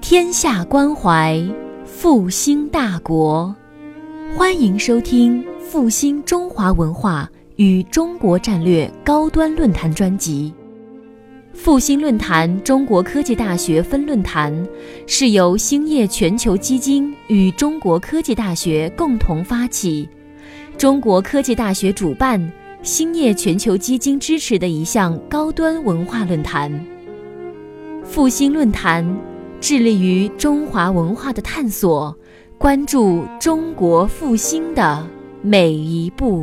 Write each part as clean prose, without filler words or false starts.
天下关怀，复兴大国。欢迎收听复兴中华文化与中国战略高端论坛专辑。复兴论坛中国科技大学分论坛是由兴业全球基金与中国科技大学共同发起，中国科技大学主办，兴业全球基金支持的一项高端文化论坛。复兴论坛致力于中华文化的探索，关注中国复兴的每一步。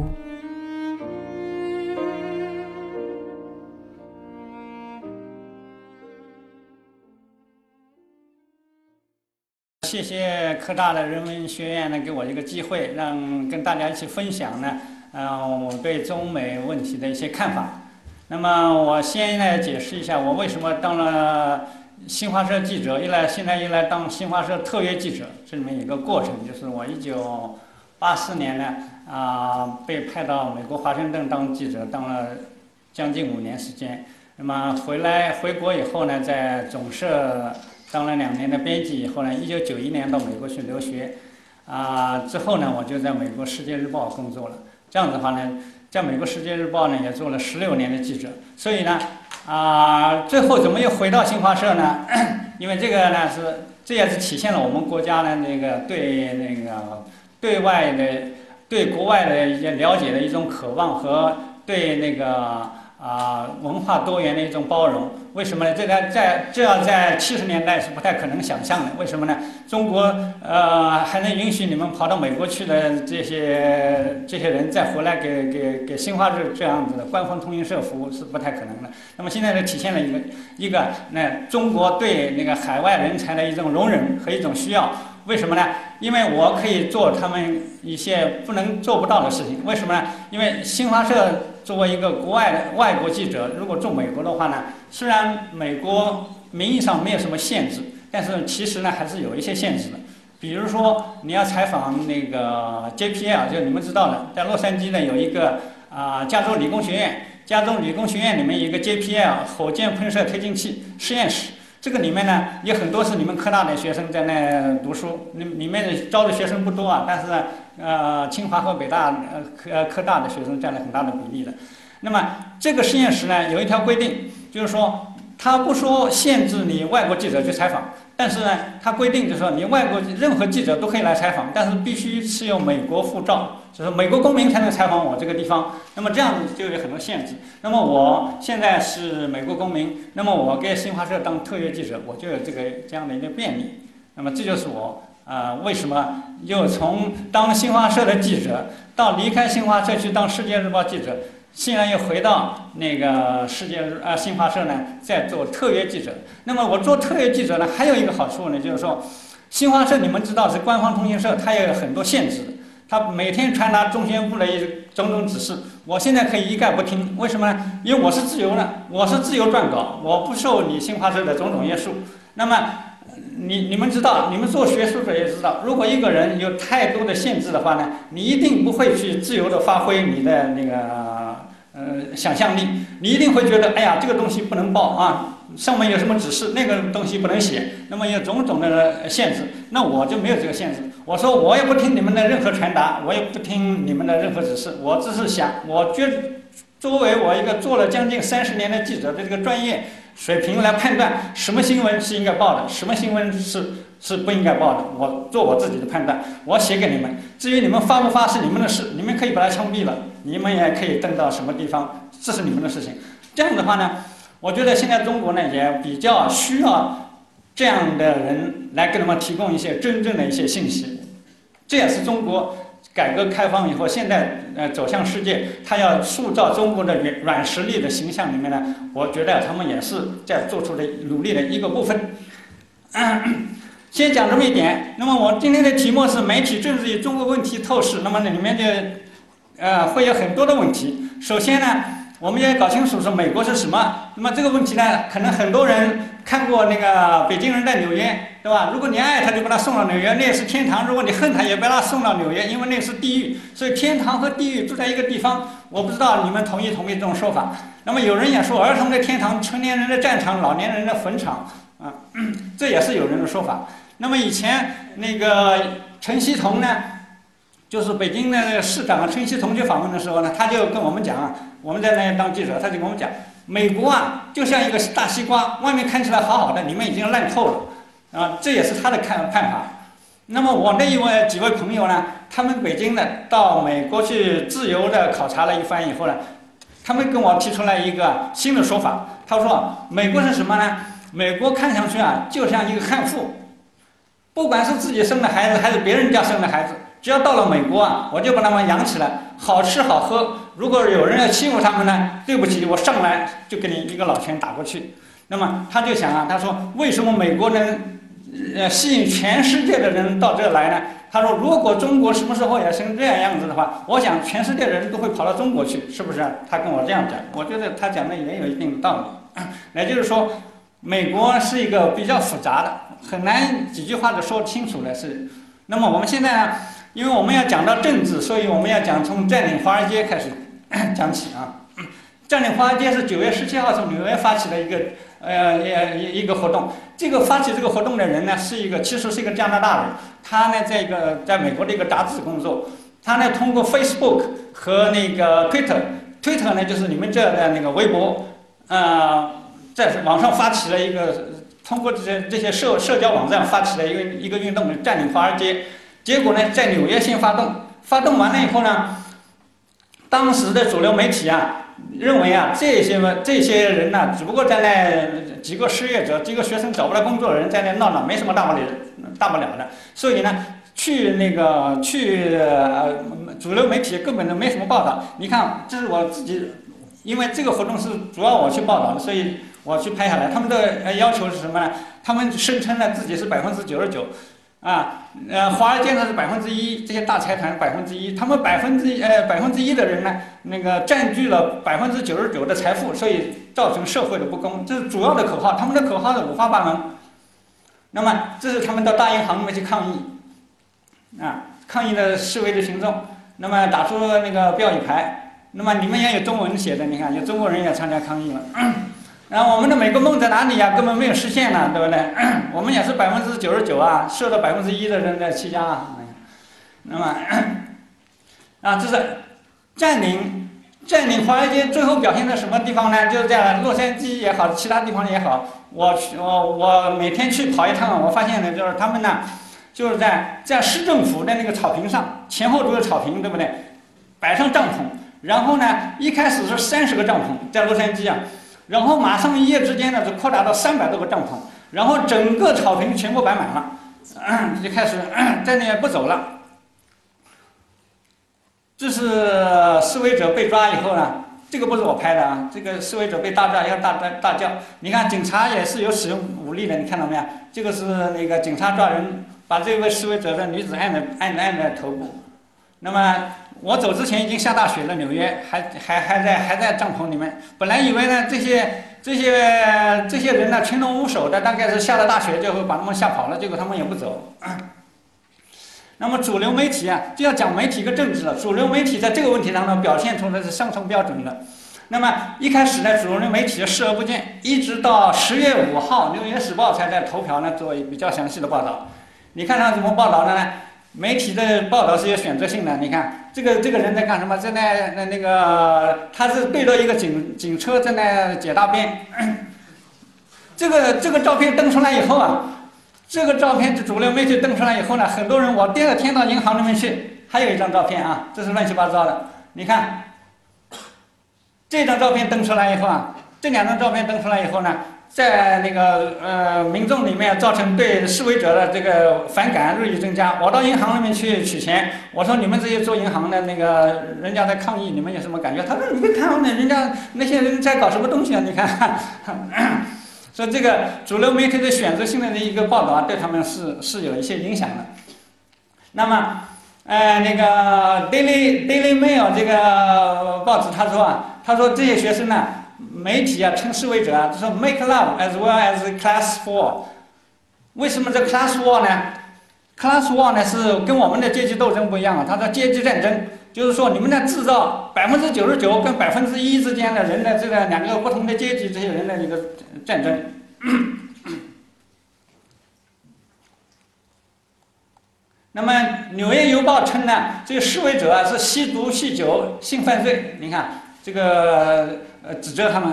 谢谢科大的人文学院呢，给我一个机会，让跟大家一起分享呢，我对中美问题的一些看法。那么我先来解释一下，我为什么当了新华社记者，现在一来当新华社特约记者，这里面有一个过程，就是我1984年呢，被派到美国华盛顿当记者，当了将近5年时间。那么回国以后呢，在总社当了2年的编辑以后呢，1991年到美国去留学，之后呢，我就在美国《世界日报》工作了。这样子的话呢，在美国《世界日报》呢也做了16年的记者。所以呢，最后怎么又回到新华社呢？因为这个呢这也是体现了我们国家的那个对外的对国外的一些了解的一种渴望和对那个文化多元的一种包容。为什么呢？这要在70年代是不太可能想象的。为什么呢？中国还能允许你们跑到美国去的这些人再回来给新华社这样子的官方通讯社服务是不太可能的。那么现在就体现了一个中国对那个海外人才的一种容忍和一种需要。为什么呢？因为我可以做他们一些做不到的事情。为什么呢？因为新华社作为一个外国记者，如果做美国的话呢，虽然美国名义上没有什么限制，但是其实呢还是有一些限制的。比如说你要采访那个 JPL， 就你们知道的，在洛杉矶呢有一个加州理工学院，加州理工学院里面有一个 JPL 火箭喷射推进器实验室。这个里面呢，有很多是你们科大的学生在那读书，里面招的学生不多啊，但是呢，清华和北大、科大的学生占了很大的比例的。那么这个实验室呢，有一条规定，就是说，他不说限制你外国记者去采访，但是呢，他规定就是说，你外国任何记者都可以来采访，但是必须持有美国护照，就是美国公民才能采访我这个地方。那么这样子就有很多限制。那么我现在是美国公民，那么我给新华社当特约记者，我就有这样的一个便利。那么这就是我为什么又从当新华社的记者到离开新华社去当世界日报记者，现在又回到那个新华社呢，在做特约记者。那么我做特约记者呢，还有一个好处呢，就是说，新华社你们知道是官方通讯社，它也有很多限制的。他每天传达中宣部的种种指示，我现在可以一概不听。为什么呢？因为我是自由的，我是自由撰稿，我不受你新华社的种种约束。那么你们知道，你们做学术的也知道，如果一个人有太多的限制的话呢，你一定不会去自由的发挥你的那个想象力，你一定会觉得，哎呀，这个东西不能报啊，上面有什么指示，那个东西不能写，那么有种种的限制。那我就没有这个限制。我说我也不听你们的任何传达，我也不听你们的任何指示，我只是想，我觉得作为我一个做了将近30年的记者的这个专业水平来判断什么新闻是应该报的，什么新闻是不应该报的，我做我自己的判断，我写给你们。至于你们发不发是你们的事，你们可以把它枪毙了，你们也可以登到什么地方，这是你们的事情。这样的话呢，我觉得现在中国呢也比较需要这样的人来给他们提供一些真正的一些信息。这也是中国改革开放以后，现在走向世界，他要塑造中国的软实力的形象里面呢，我觉得他们也是在做出的努力的一个部分。先讲这么一点。那么我今天的题目是媒体政治与中国问题透视，那么里面就会有很多的问题。首先呢，我们也搞清楚说美国是什么。那么这个问题呢，可能很多人看过那个北京人在纽约，对吧？如果你爱他，就把他送到纽约，那是天堂；如果你恨他，也把他送到纽约，因为那是地狱。所以天堂和地狱住在一个地方。我不知道你们同意这种说法。那么有人也说，儿童的天堂，成年人的战场，老年人的坟场。 啊，这也是有人的说法。那么以前那个陈锡同呢，就是北京的市长陈锡同去访问的时候呢，他就跟我们讲啊，我们在那当记者，他就跟我们讲，美国啊就像一个大西瓜，外面看起来好好的，里面已经烂透了啊，这也是他的看法。那么我那几位朋友呢，他们北京的到美国去自由的考察了一番以后呢，他们跟我提出来一个新的说法。他说美国是什么呢？美国看上去啊就像一个悍妇，不管是自己生的孩子还是别人家生的孩子，只要到了美国啊，我就把他们养起来，好吃好喝。如果有人要欺负他们呢，对不起，我上来就给你一个老拳打过去。那么他就想啊，他说为什么美国能吸引全世界的人到这来呢？他说，如果中国什么时候也成这样子的话，我想全世界的人都会跑到中国去，是不是？他跟我这样讲，我觉得他讲的也有一定的道理。也就是说，美国是一个比较复杂的，很难几句话就说清楚的事。那么我们现在呢，因为我们要讲到政治，所以我们要讲从占领华尔街开始讲起啊。占领华尔街是9月17号从纽约发起的一个活动。这个发起这个活动的人呢，其实是一个加拿大人，他呢在美国的一个杂志工作，他呢通过 Facebook 和那个 Twitter 呢就是你们这的那个微博，在网上发起了一个，通过这些社交网站发起了一个运动，占领华尔街。结果呢，在纽约先发动完了以后呢，当时的主流媒体啊认为啊，这些人呢，只不过在那几个失业者、几个学生找不到工作的人在那闹，没什么大不了的。所以呢，主流媒体根本就没什么报道。你看，这是我自己，因为这个活动是主要我去报道的，所以我去拍下来。他们的要求是什么呢？他们声称呢自己是99%。华尔街呢是1%，这些大财团1%，他们1%的人呢，那个占据了99%的财富，所以造成社会的不公，这是主要的口号。他们的口号是五花八门。那么这是他们到大银行里面去抗议，抗议的示威的群众，那么打出那个标语牌，那么里面也有中文写的，你看有中国人也参加抗议了。然后我们的美国梦在哪里呀？根本没有实现呢，对不对？我们也是99%啊，受到1%的人的欺压啊。那么这是占领华尔街，最后表现在什么地方呢？就是在洛杉矶也好，其他地方也好，我每天去跑一趟，我发现呢，就是他们呢，就是在市政府的那个草坪上，前后都有草坪，对不对？摆上帐篷，然后呢，一开始是30个帐篷在洛杉矶啊。然后马上一夜之间呢，就扩大到300多个帐篷，然后整个草坪全部摆满了，就开始在那不走了。这是示威者被抓以后呢，这个不是我拍的啊，这个示威者被大抓要大叫，你看警察也是有使用武力的，你看到没有？这个是那个警察抓人，把这位示威者的女子按在头部。那么我走之前已经下大雪了，纽约还在帐篷里面。本来以为呢这些人呢群龙无首的，大概是下了大雪就会把他们吓跑了，结果他们也不走。那么主流媒体啊，就要讲媒体跟政治了。主流媒体在这个问题上呢表现出的是上层标准的。那么一开始呢，主流媒体视而不见，一直到10月5号，《纽约时报》才在头条呢做比较详细的报道。你看他怎么报道的呢？媒体的报道是有选择性的。你看这个人在干什么？在那个他是对着一个警车在那解大便。这个照片登出来以后啊，这个照片主流媒体登出来以后呢，很多人我第2天到银行里面去，还有一张照片啊，这是乱七八糟的。你看这张照片登出来以后啊，这2张照片登出来以后呢，在那个民众里面造成对示威者的这个反感日益增加。我到银行里面去取钱，我说你们这些做银行的那个人家在抗议，你们有什么感觉？他说你别看人家那些人在搞什么东西啊？你看，所以这个主流媒体的选择性的一个报道啊，对他们是有一些影响的。那么那个 Daily Mail 这个报纸他说这些学生呢。媒体啊，称示威者啊，就说 make love as well as class war。为什么这 class war 呢 ？class war 呢是跟我们的阶级斗争不一样啊。他说阶级战争，就是说你们在制造99%跟1%之间的人的这个2个不同的阶级这些人的一个战争。 那么《纽约邮报》称呢，这个示威者啊是吸毒、酗酒、性犯罪。你看这个指责他们。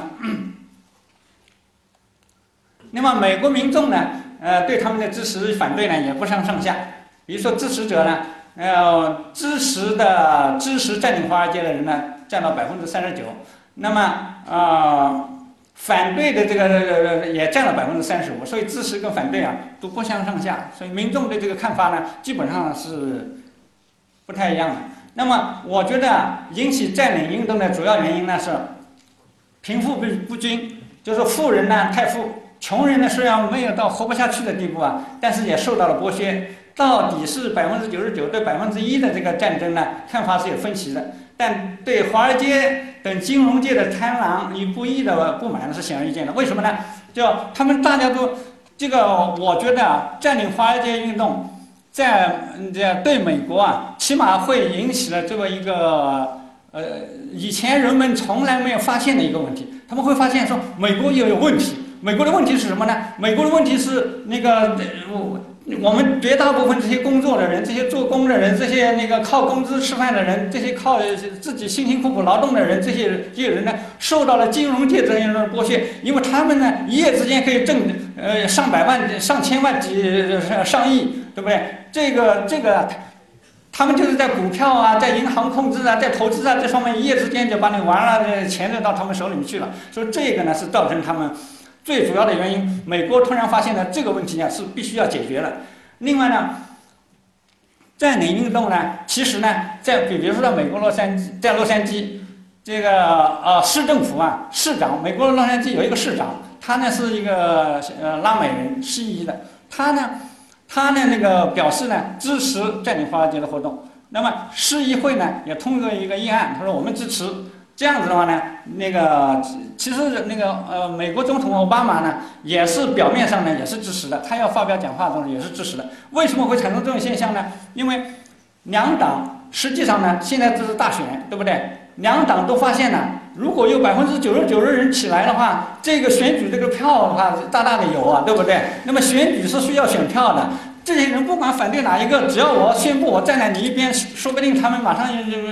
那么美国民众呢，对他们的支持反对呢也不相上下。比如说支持者呢，支持占领华尔街的人呢占到39%，那么反对的这个也占了35%，所以支持跟反对啊都不相上下。所以民众对这个看法呢，基本上是不太一样的。那么我觉得啊，引起占领运动的主要原因呢是贫富不均，就是富人呢太富。穷人呢，虽然没有到活不下去的地步啊，但是也受到了剥削。到底是99%对1%的这个战争呢，看法是有分歧的。但对华尔街等金融界的贪婪与不义的不满是显而易见的。为什么呢？就他们大家都这个，我觉得啊，占领华尔街运动对美国啊，起码会引起了这么一个以前人们从来没有发现的一个问题。他们会发现说，美国也有问题。美国的问题是什么呢？美国的问题是那个我们绝大部分这些工作的人，这些做工的人，这些那个靠工资吃饭的人，这些靠自己辛辛苦苦劳动的人，这些人呢，受到了金融界这样的剥削，因为他们呢一夜之间可以挣上百万、上千万、上亿，对不对？这个。他们就是在股票啊，在银行控制啊，在投资啊这方面一夜之间就把你玩了，钱就到他们手里面去了。所以这个呢是造成他们最主要的原因。美国突然发现了这个问题呢是必须要解决的。另外呢，占领运动呢，其实呢，比如说在美国洛杉矶，这个市政府啊，市长，美国洛杉矶有一个市长，他呢是一个拉美人，西裔的，他呢那个表示呢支持占领华尔街的活动。那么市议会呢也通过一个议案，他说我们支持。这样子的话呢，那个其实那个美国总统奥巴马呢也是表面上呢也是支持的，他要发表讲话的时候也是支持的。为什么会产生这种现象呢？因为两党实际上呢现在这是大选，对不对？两党都发现呢，如果有99%的人起来的话，这个选举这个票的话大大的有啊，对不对？那么选举是需要选票的，这些人不管反对哪一个，只要我宣布我站在你一边，说不定他们马上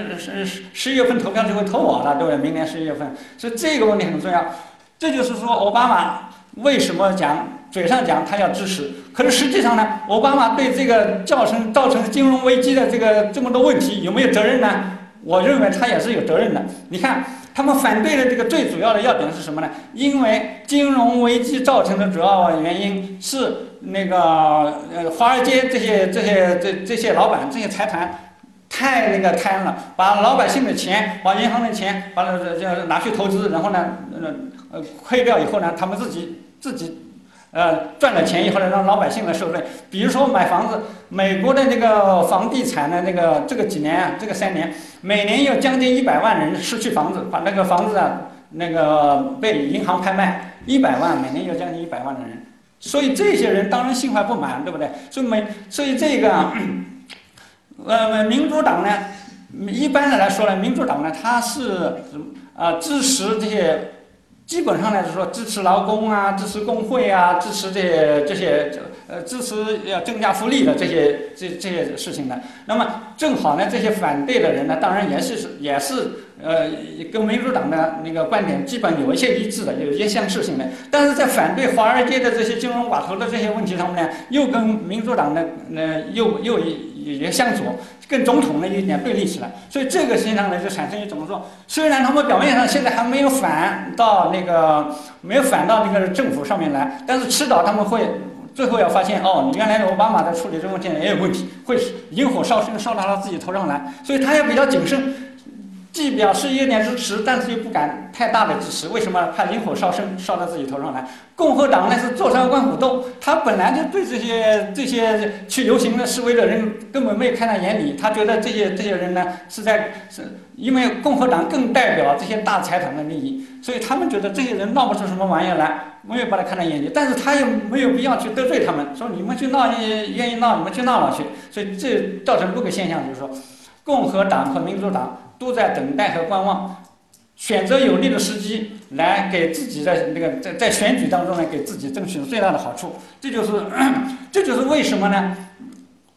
11月份投票就会投我了，对不对？明年11月份，所以这个问题很重要。这就是说，奥巴马为什么嘴上讲他要支持，可是实际上呢，奥巴马对这个造成金融危机的这么多问题有没有责任呢？我认为他也是有责任的。你看，他们反对的这个最主要的要点是什么呢？因为金融危机造成的主要原因是那个华尔街这些老板这些财团太贪了，把老百姓的钱，把银行的钱，把拿去投资，然后呢亏掉以后呢，他们自己赚了钱以后呢，让老百姓来受罪。比如说买房子，美国的那个房地产的这个几年啊，这个3年，每年有将近100万人失去房子，把那个房子啊被银行拍卖，100万，每年有将近100万的人，所以这些人当然心怀不满，对不对？所以这个民主党呢，一般的来说呢，民主党呢，它是支持这些。基本上呢，就是说支持劳工啊，支持工会啊，支持这些支持要增加福利的这些事情的。那么正好呢，这些反对的人呢，当然也是跟民主党的那个观点基本有一些一致的，有一些相似性的。但是在反对华尔街的这些金融寡头的这些问题上面呢，又跟民主党的也相左，跟总统的一点对立起来。所以这个现象呢，就产生一种说，虽然他们表面上现在还没有反到那个政府上面来，但是迟早他们会最后要发现，原来奥巴马在处理这个问题也有问题，会引火烧身，烧到他自己头上来，所以他也比较谨慎。既表示有点支持，但是又不敢太大的支持。为什么？怕引火烧身，烧到自己头上来。共和党呢是坐山观虎斗，他本来就对这些去游行的示威的人根本没有看在眼里，他觉得这些人呢是因为共和党更代表这些大财团的利益，所以他们觉得这些人闹不出什么玩意来，没有把他看在眼里。但是他又没有必要去得罪他们，说你们去闹，愿意闹你们去闹去。所以这造成这个现象，就是说，共和党和民主党都在等待和观望，选择有利的时机来给自己在选举当中呢，给自己争取最大的好处。这就是为什么呢？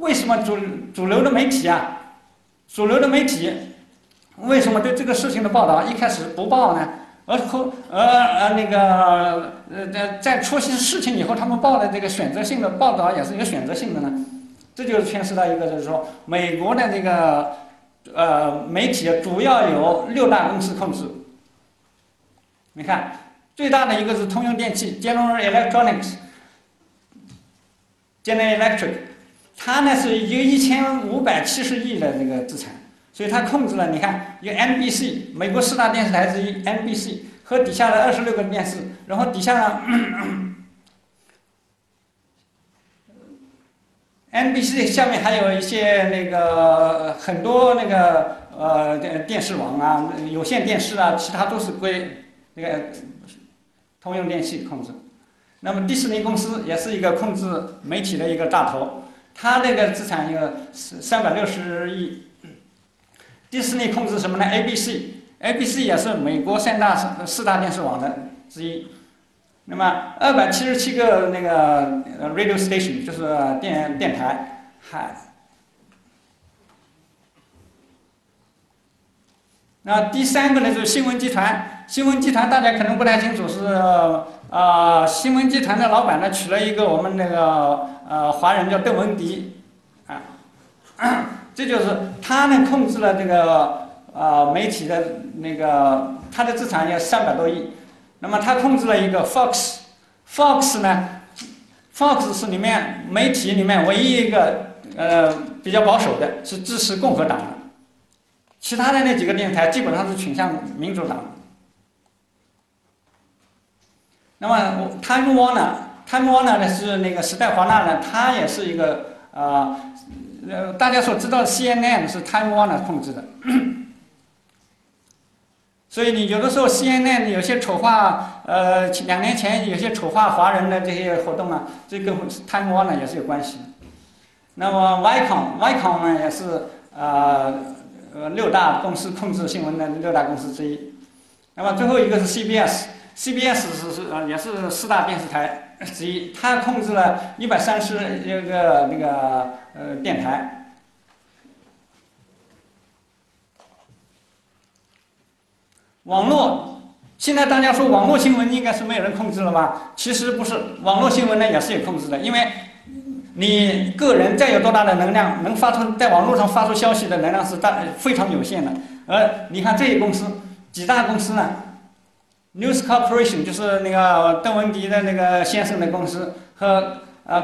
为什么主流的媒体啊，主流的媒体为什么对这个事情的报道一开始不报呢？在出现事情以后，他们报的这个选择性的报道也是有选择性的呢？这就是牵涉到一个，就是说美国的这个媒体主要由6大公司控制。你看，最大的一个是通用电气 （General Electronics），General Electric， 它呢是一个1570亿的这个资产，所以它控制了。你看，一个 NBC， 美国4大电视台之一 NBC 和底下的26个电视，然后底下呢NBC 下面还有一些那个很多那个电视网啊、有线电视啊，其他都是归那个通用电气控制。那么迪士尼公司也是一个控制媒体的一个大头，它那个资产有360亿。迪士尼控制什么呢 ？ABC 也是美国4大电视网的之一。那么277个那个radio station 就是电台，那第3个呢就是新闻集团。新闻集团大家可能不太清楚，是新闻集团的老板呢娶了一个我们那个华人叫邓文迪啊，这就是他呢控制了这个媒体的那个他的资产也300多亿。那么他控制了一个 Fox 呢 ，Fox 是里面媒体里面唯一一个比较保守的，是支持共和党的，其他的那几个电视台基本上是倾向民主党的。那么 Time Warner 呢是那个时代华纳呢，它也是一个大家所知道的 CNN 是 Time Warner 控制的。所以你有的时候 CNN 有些丑化2年前有些丑化华人的这些活动啊，这跟 Time Warner 也是有关系的。那么 Viacom 呢也是6大公司控制新闻的6大公司之一。那么最后一个是 CBS 也是4大电视台之一，它控制了130个那个电台。网络，现在大家说网络新闻应该是没有人控制了吧？其实不是，网络新闻呢也是有控制的，因为你个人再有多大的能量，能发出在网络上发出消息的能量是非常有限的。而你看这些公司，几大公司呢 ？News Corporation 就是那个邓文迪的那个先生的公司，和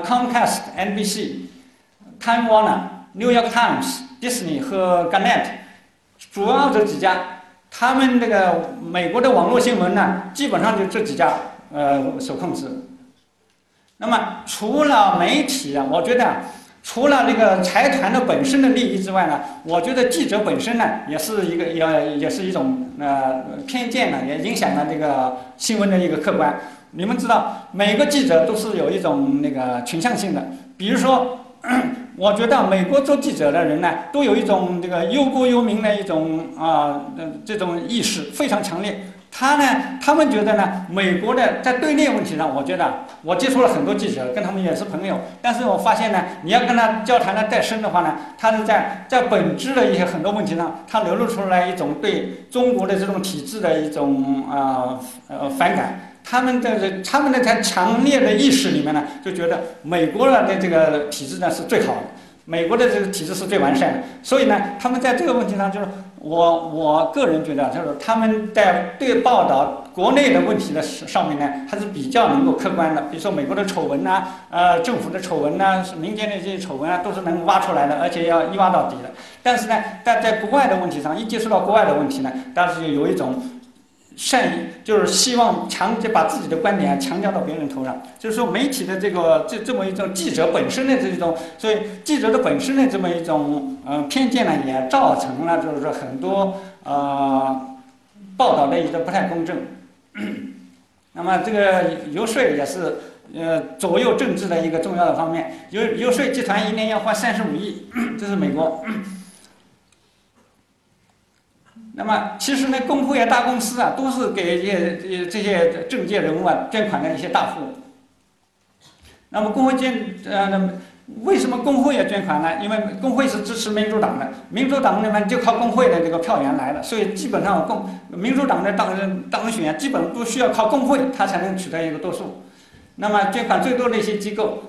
Comcast、NBC、Time Warner、New York Times、Disney 和 Gannett， 主要这几家。他们这个美国的网络新闻呢，基本上就这几家所控制。那么除了媒体啊，我觉得除了这个财团的本身的利益之外呢，我觉得记者本身呢也是一种偏见呢，也影响了这个新闻的一个客观。你们知道，每个记者都是有一种那个倾向性的，比如说。我觉得美国做记者的人呢，都有一种这个忧国忧民的一种这种意识非常强烈。他们觉得呢，美国的在对内问题上，我觉得我接触了很多记者，跟他们也是朋友，但是我发现呢，你要跟他交谈的再深的话呢，他是在本质的一些很多问题上，他流露出来一种对中国的这种体制的一种反感。他们在强烈的意识里面呢，就觉得美国的这个体制呢是最好的，美国的这个体制是最完善的。所以呢，他们在这个问题上，就是我个人觉得，就是他们在对报道国内的问题的上面呢，还是比较能够客观的。比如说美国的丑闻呐，政府的丑闻呐，民间的这些丑闻啊，都是能挖出来的，而且要一挖到底的。但是呢，在国外的问题上，一接触到国外的问题呢，当时有一种。善意就是希望把自己的观点强加到别人头上，就是说媒体的这么一种记者本身的这种，所以记者的本身的这么一种偏见呢，也造成了就是说很多报道的一个不太公正。那么这个游说也是左右政治的一个重要的方面，游说集团1年要花35亿，这是美国。那么其实呢，共和大公司啊，都是给这些政界人物啊捐款的一些大户。那么为什么工会要捐款呢？因为工会是支持民主党的，民主党那边就靠工会的这个票源来的，所以基本上民主党的当选基本都需要靠工会，他才能取得一个多数。那么捐款最多的一些机构。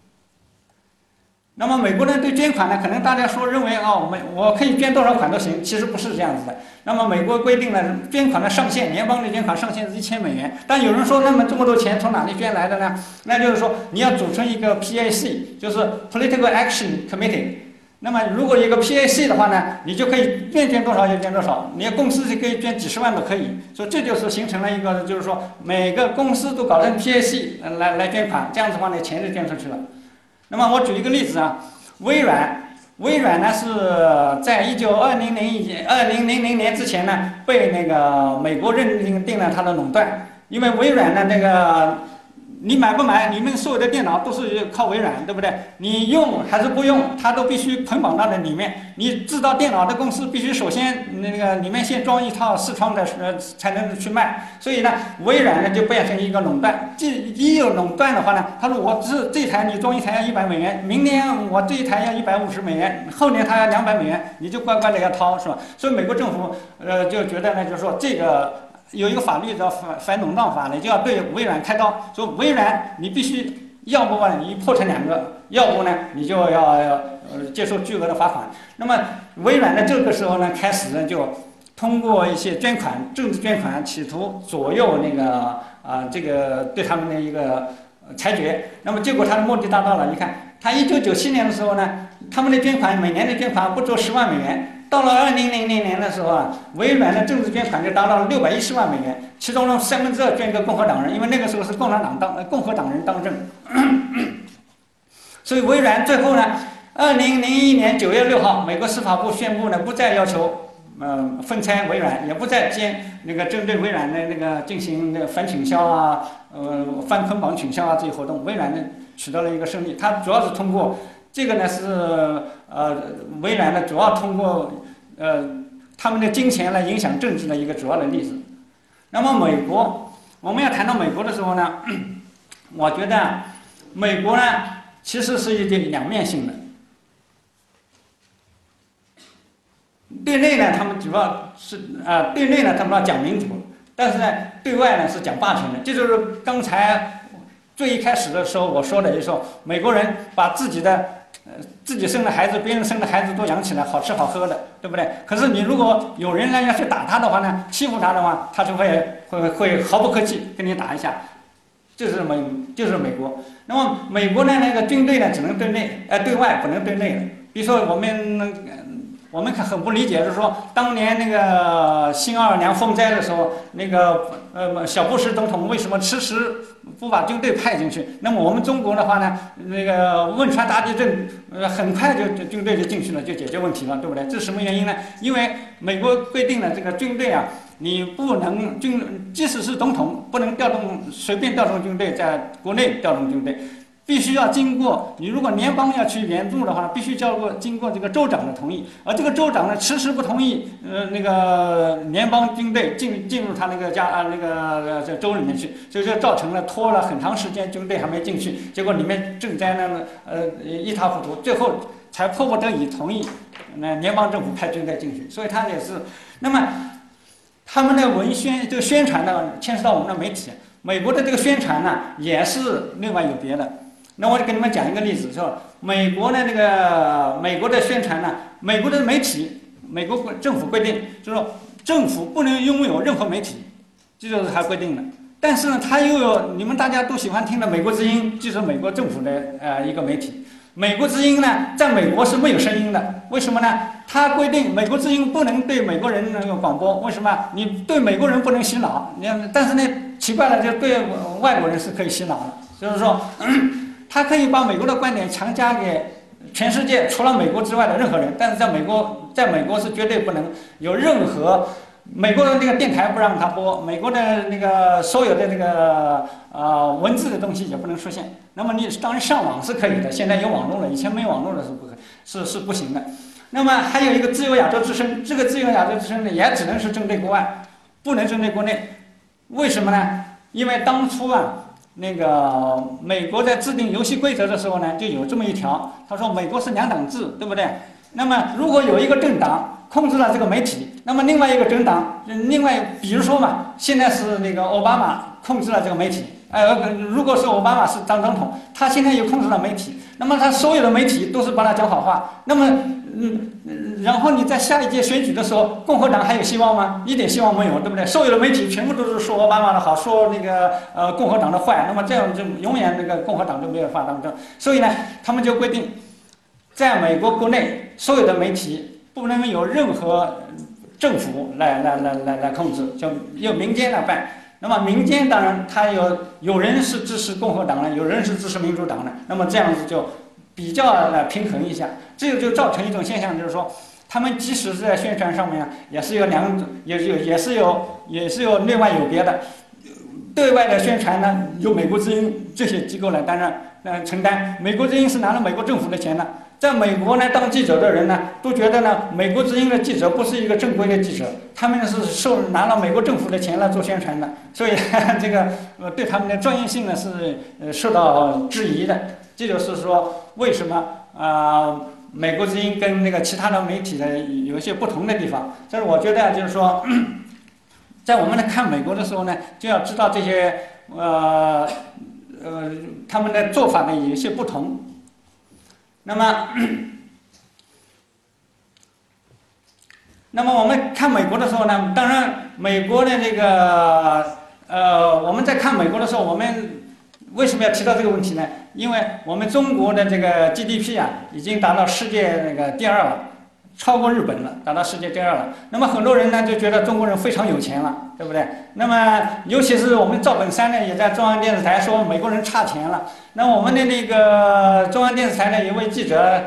那么美国人对捐款呢，可能大家认为我可以捐多少款都行，其实不是这样子的。那么美国规定了捐款的上限，联邦的捐款上限是$1000，但有人说，那么这么多钱从哪里捐来的呢？那就是说你要组成一个 PAC， 就是 Political Action Committee。那么如果一个 PAC 的话呢，你就可以愿捐多少就捐多少，你的公司就可以捐几十万都可以。所以这就是形成了一个，就是说每个公司都搞成 PAC 来捐款，这样子的话呢，钱就捐出去了。那么我举一个例子啊，微软呢是在2000年之前呢，被那个美国认定了它的垄断，因为微软的那个你买不买，你们所有的电脑都是靠微软，对不对？你用还是不用，它都必须捆绑到那里面。你制造电脑的公司必须首先那个里面先装一套视窗的才能去卖。所以呢，微软呢就变成一个垄断。一有垄断的话呢，他说我这台你装一台要$100，明年我这一台要$150，后年他要$200，你就乖乖的要掏，是吧？所以美国政府就觉得呢，就是说这个。有一个法律叫反垄断法呢，就要对微软开刀，说微软你必须要不然你破成2个，要不呢你就要接受巨额的罚款。那么微软呢这个时候呢开始呢就通过一些捐款，政治捐款，企图左右那个这个对他们的一个裁决。那么结果他的目的达到了，你看他1997年的时候呢，他们的捐款每年的捐款不足$10万。到了2000年的时候啊，微软的政治捐款就达到了$610万，其中呢2/3捐给共和党人，因为那个时候是共和党人当政，所以微软最后呢，2001年9月6号，美国司法部宣布呢，不再要求分拆微软，也不再针对微软的那个进行的反倾销啊，反捆绑倾销啊这些活动，微软呢取得了一个胜利，它主要是通过。这个呢是微软呢主要通过他们的金钱来影响政治的一个主要的例子。那么美国，我们要谈到美国的时候呢，我觉得美国呢其实是一个两面性的。对内呢，他们主要是对内呢他们要讲民主，但是呢对外呢是讲霸权的。这就是刚才最一开始的时候我说的，就是说美国人把自己生的孩子，别人生的孩子都养起来，好吃好喝的，对不对？可是你如果有人呢要去打他的话呢，欺负他的话，他就会毫不客气跟你打一下，就是美国。那么美国呢那个军队呢只能对内，对外不能对内的。比如说我们很不理解，就是说当年那个新奥尔良风灾的时候，那个小布什总统为什么迟迟不把军队派进去？那么我们中国的话呢，那个汶川大地震，很快就军队就进去了，就解决问题了，对不对？这是什么原因呢？因为美国规定了这个军队啊，你不能即使是总统，不能随便调动军队，在国内调动军队。必须要经过你，如果联邦要去援助的话，必须经过这个州长的同意，而这个州长呢迟迟不同意，那个联邦军队进入他那个这州里面去，所以就造成了拖了很长时间，军队还没进去，结果里面赈灾呢一塌糊涂，最后才迫不得已同意联邦政府派军队进去，所以他也是。那么他们的这个宣传呢，牵涉到我们的媒体，美国的这个宣传呢也是另外有别的。那我就给你们讲一个例子，说美国的宣传呢，美国的媒体，美国政府规定，就是说政府不能拥有任何媒体，这就是他规定的。但是呢，他又有你们大家都喜欢听的美国之音，就是美国政府的一个媒体。美国之音呢，在美国是没有声音的，为什么呢？他规定美国之音不能对美国人那个广播，为什么？你对美国人不能洗脑，但是呢，奇怪了，就对外国人是可以洗脑的，就是说。他可以把美国的观点强加给全世界除了美国之外的任何人，但是在美国是绝对不能有任何美国的那个电台不让他播，美国的那个所有的那个文字的东西也不能出现。那么你当然上网是可以的，现在有网络了，以前没有网络的是不行的。那么还有一个自由亚洲之声，这个自由亚洲之声呢也只能是针对国外，不能针对国内。为什么呢？因为当初啊。 那个美国在制定游戏规则的时候呢，就有这么一条，他说美国是两党制，对不对？那么如果有一个政党控制了这个媒体，那么另外一个政党，比如说嘛，现在是那个奥巴马控制了这个媒体，如果是奥巴马是当总统，他现在又控制了媒体，那么他所有的媒体都是帮他讲好话，那么然后你在下一届选举的时候，共和党还有希望吗？一点希望没有，对不对？所有的媒体全部都是说奥巴马的好，说那个共和党的坏，那么这样就永远那个共和党就没有法当政。所以呢，他们就规定，在美国国内所有的媒体不能有任何政府来控制，就由民间来办。那么民间当然他有人是支持共和党的，有人是支持民主党的，那么这样子就比较平衡一下，这个就造成一种现象，就是说，他们即使是在宣传上面也是有内外有别的。对外的宣传呢，由美国之音这些机构来担任承担。美国之音是拿了美国政府的钱的，在美国呢当记者的人呢，都觉得呢，美国之音的记者不是一个正规的记者，他们是拿了美国政府的钱来做宣传的，所以这个对他们的专业性呢是受到质疑的。这就是说，为什么美国之音跟那个其他的媒体的有一些不同的地方。但是我觉得就是说，在我们来看美国的时候呢，就要知道这些他们的做法呢有一些不同。那么我们看美国的时候呢，当然美国的这个我们在看美国的时候，我们为什么要提到这个问题呢？因为我们中国的这个 GDP 啊，已经达到世界那个第2了，超过日本了，达到世界第2了。那么很多人呢就觉得中国人非常有钱了，对不对？那么尤其是我们赵本山呢，也在中央电视台说美国人差钱了。那我们的那个中央电视台的一位记者，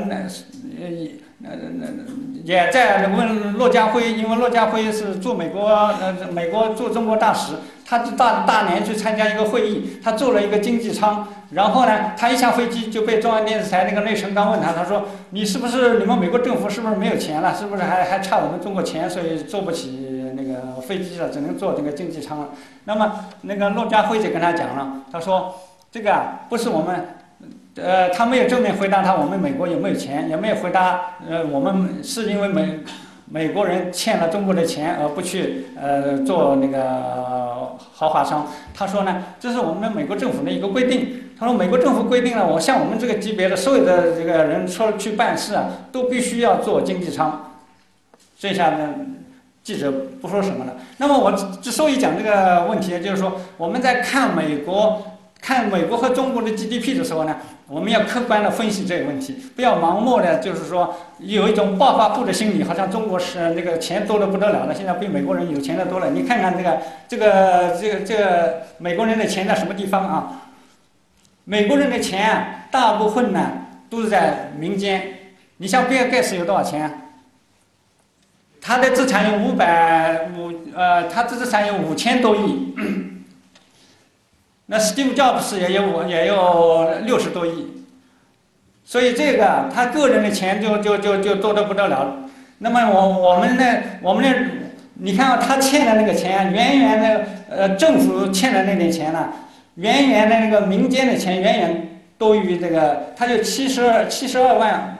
也在问骆家辉，因为骆家辉是驻美国驻中国大使，他大连去参加一个会议，他做了一个经济舱，然后呢，他一下飞机就被中央电视台那个内成刚问他说你们美国政府是不是没有钱了？是不是还差我们中国钱，所以坐不起那个飞机了，只能坐这个经济舱了？那么那个骆家辉就跟他讲了，他说这个不是我们。他没有正面回答我们美国有没有钱，也没有回答我们是因为美国人欠了中国的钱而不去做那个豪华舱。他说呢，这是我们美国政府的一个规定。他说美国政府规定了，像我们这个级别的所有的这个人说去办事啊，都必须要坐经济舱。这下呢，记者不说什么了。那么我之所以讲这个问题，就是说我们在看美国和中国的 GDP 的时候呢，我们要客观的分析这个问题，不要盲目的就是说有一种暴发户的心理，好像中国是那个钱多得不得了了，现在比美国人有钱的多了。你看看这个美国人的钱在什么地方啊？美国人的钱啊，大部分呢都是在民间。你像比尔盖茨有多少钱啊？他的资产有他的资产有5000多亿。那 Steve Jobs 也有60多亿，所以这个他个人的钱就多得不得了。那么我们呢，你看他欠的那个钱，远远的政府欠的那点钱呢，远远的那个民间的钱远远多于这个，他就72万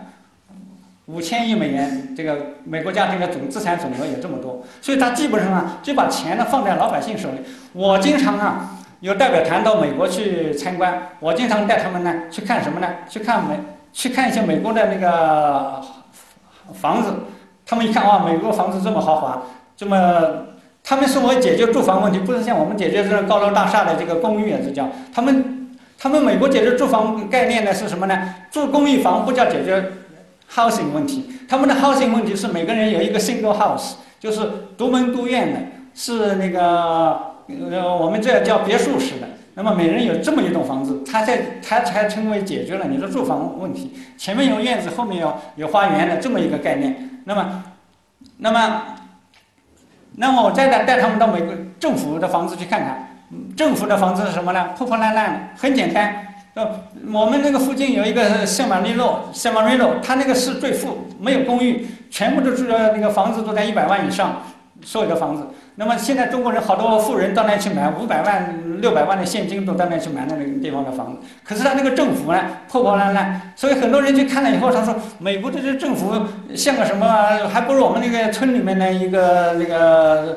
5千亿美元，这个美国家庭的总资产总额有这么多，所以他基本上啊就把钱呢放在老百姓手里。我经常啊。有代表团到美国去参观，我经常带他们呢去看什么呢？去看一些美国的那个房子。他们一看哇，美国房子这么豪华，他们是我解决住房问题，不是像我们解决这种高楼大厦的这个公寓啊，这叫他们美国解决住房概念呢是什么呢？住公寓房不叫解决 housing 问题，他们的 housing 问题是每个人有一个 single house， 就是独门独院的，是那个。我们这叫别墅式的，那么每人有这么一栋房子，它才成为解决了你的住房问题。前面有院子，后面有花园的这么一个概念。那么我再带他们到美国政府的房子去看看。政府的房子是什么呢？破破烂烂的，很简单。我们那个附近有一个圣马力诺，他那个是最富，没有公寓，全部都住的那个房子都在100万以上。所有的房子， 那么现在中国人好多富人到那去买500万、600万的现金，都到那去买那个地方的房子。可是他那个政府呢破破烂烂，所以很多人去看了以后，他说美国的这政府像个什么，还不如我们那个村里面的一个那个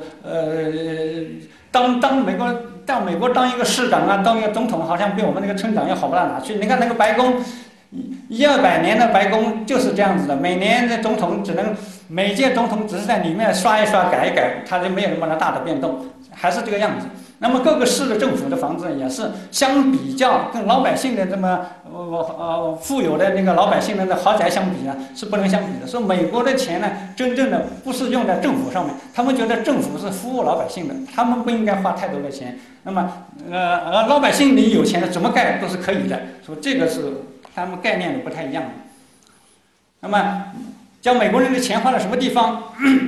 当美国当一个市长啊，当一个总统，好像比我们那个村长要好不到哪去。你看那个白宫，100-200年的白宫就是这样子的，每年的总统每届总统只是在里面刷一刷、改一改，他就没有那么大的变动，还是这个样子。那么各个市的政府的房子也是相比较跟老百姓的这么富有的那个老百姓的豪宅相比呢，是不能相比的。所以美国的钱呢，真正的不是用在政府上面，他们觉得政府是服务老百姓的，他们不应该花太多的钱。那么老百姓你有钱的怎么盖都是可以的，说这个是他们概念不太一样的。那么讲美国人的钱花到什么地方？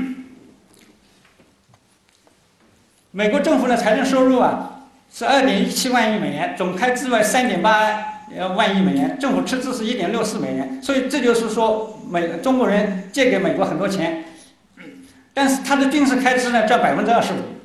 美国政府的财政收入啊是2.17万亿美元，总开支为3.8万亿美元，政府赤字是1.64美元，所以这就是说中国人借给美国很多钱，但是他的军事开支呢占25%。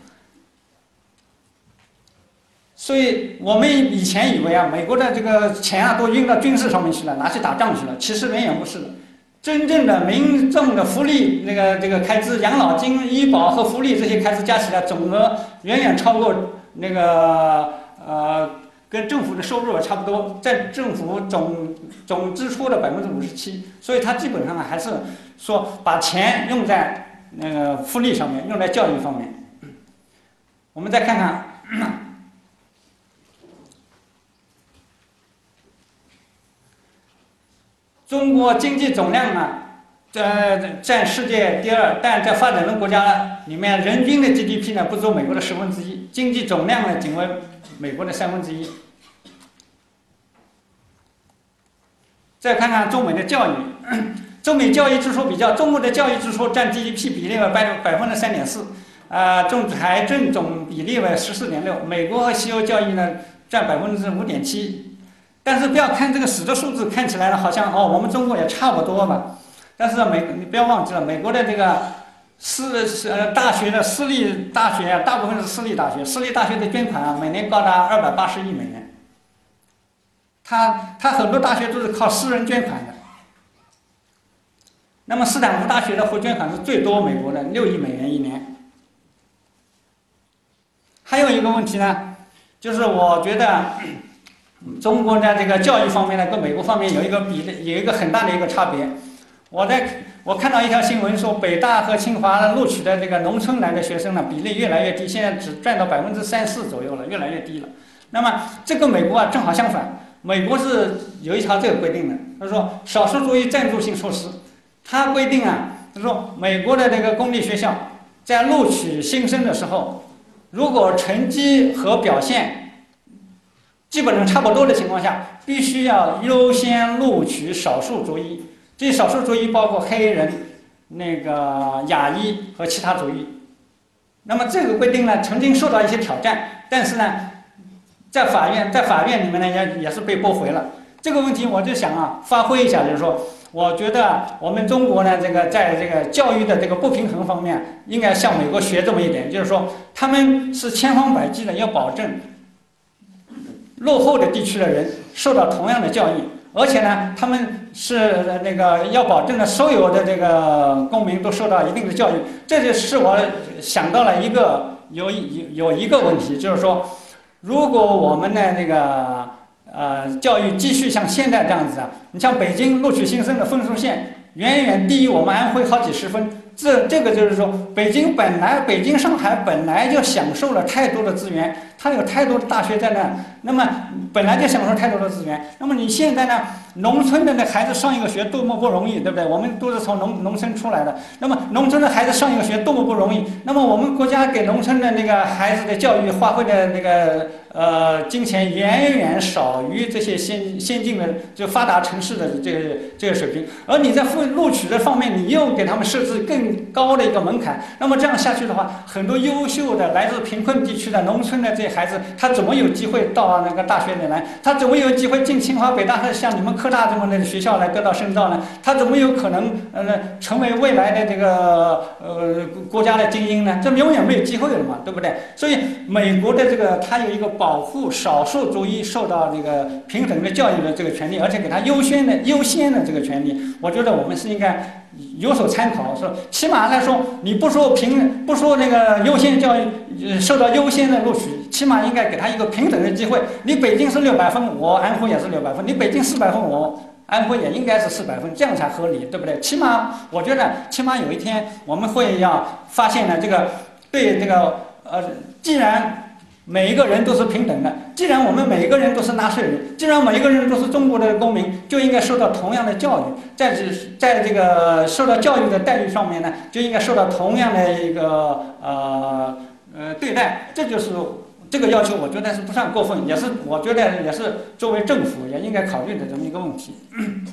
所以我们以前以为啊，美国的这个钱啊都用到军事上面去了，拿去打仗去了，其实远远不是的。真正的民众的福利这个开支，养老金、医保和福利这些开支加起来总额远远超过那个跟政府的收入也差不多，占政府总支出的57%。所以它基本上还是说把钱用在那个福利上面，用在教育方面。我们再看看。中国经济总量呢，占世界第2，但在发展中国家里面，人均的 GDP 呢不足美国的1/10，经济总量呢仅为美国的1/3。再看看中美的教育，中美教育支出比较，中国的教育支出占 GDP 比例为3.4%，中财政总比例为14.6%，美国和西欧教育呢占5.7%。但是不要看这个死的数字，看起来呢好像我们中国也差不多吧。但是你不要忘记了，美国的这个大学的私立大学啊，大部分是私立大学，私立大学的捐款啊，每年高达280亿美元。它很多大学都是靠私人捐款的。那么斯坦福大学的捐款是最多美国的6亿美元一年。还有一个问题呢，就是我觉得。中国的这个教育方面呢，跟美国方面有一个很大的一个差别。我看到一条新闻说，北大和清华录取的这个农村来的学生呢，比例越来越低，现在只占到3-4%左右了，越来越低了。那么这个美国啊正好相反，美国是有一条这个规定的，他说少数族裔赞助性措施，他规定啊，他说美国的这个公立学校在录取新生的时候，如果成绩和表现基本上差不多的情况下，必须要优先录取少数族裔。这少数族裔包括黑人、那个亚裔和其他族裔。那么这个规定呢，曾经受到一些挑战，但是呢，在法院里面呢也是被驳回了。这个问题我就想啊，发挥一下，就是说，我觉得我们中国呢，在这个教育的这个不平衡方面，应该向美国学这么一点，就是说，他们是千方百计的要保证。落后的地区的人受到同样的教育，而且呢，他们是那个要保证的所有的这个公民都受到一定的教育。这就是我想到了有一个问题，就是说，如果我们的那个教育继续像现在这样子啊，你像北京录取新生的分数线远远低于我们安徽好几十分。这个就是说，北京、上海本来就享受了太多的资源，它有太多的大学在那，那么本来就享受太多的资源。那么你现在呢，农村的那孩子上一个学多么不容易，对不对？我们都是从农村出来的，那么农村的孩子上一个学多么不容易。那么我们国家给农村的那个孩子的教育花费的那个金钱远远少于这些先进的就发达城市的这个水平，而你在录取的方面，你又给他们设置更高的一个门槛，那么这样下去的话，很多优秀的来自贫困地区的农村的这些孩子，他怎么有机会到那个大学里来？他怎么有机会进清华北大像你们科大这么的学校来得到深造呢？他怎么有可能成为未来的这个国家的精英呢？这永远没有机会了嘛，对不对？所以美国的这个它有一个保护少数族裔受到这个平等的教育的这个权利，而且给他优先的这个权利，我觉得我们是应该有所参考，说起码来说，你不说那个优先教育受到优先的录取，起码应该给他一个平等的机会。你北京是600分，我安徽也是600分；你北京400分，我安徽也应该是400分，这样才合理，对不对？起码我觉得，起码有一天我们会要发现呢，这个对这个既然每一个人都是平等的，既然我们每一个人都是纳税人，既然每一个人都是中国的公民，就应该受到同样的教育，在这个受到教育的待遇上面呢，就应该受到同样的一个对待。这就是这个要求，我觉得是不算过分，也是我觉得也是作为政府也应该考虑的这么一个问题。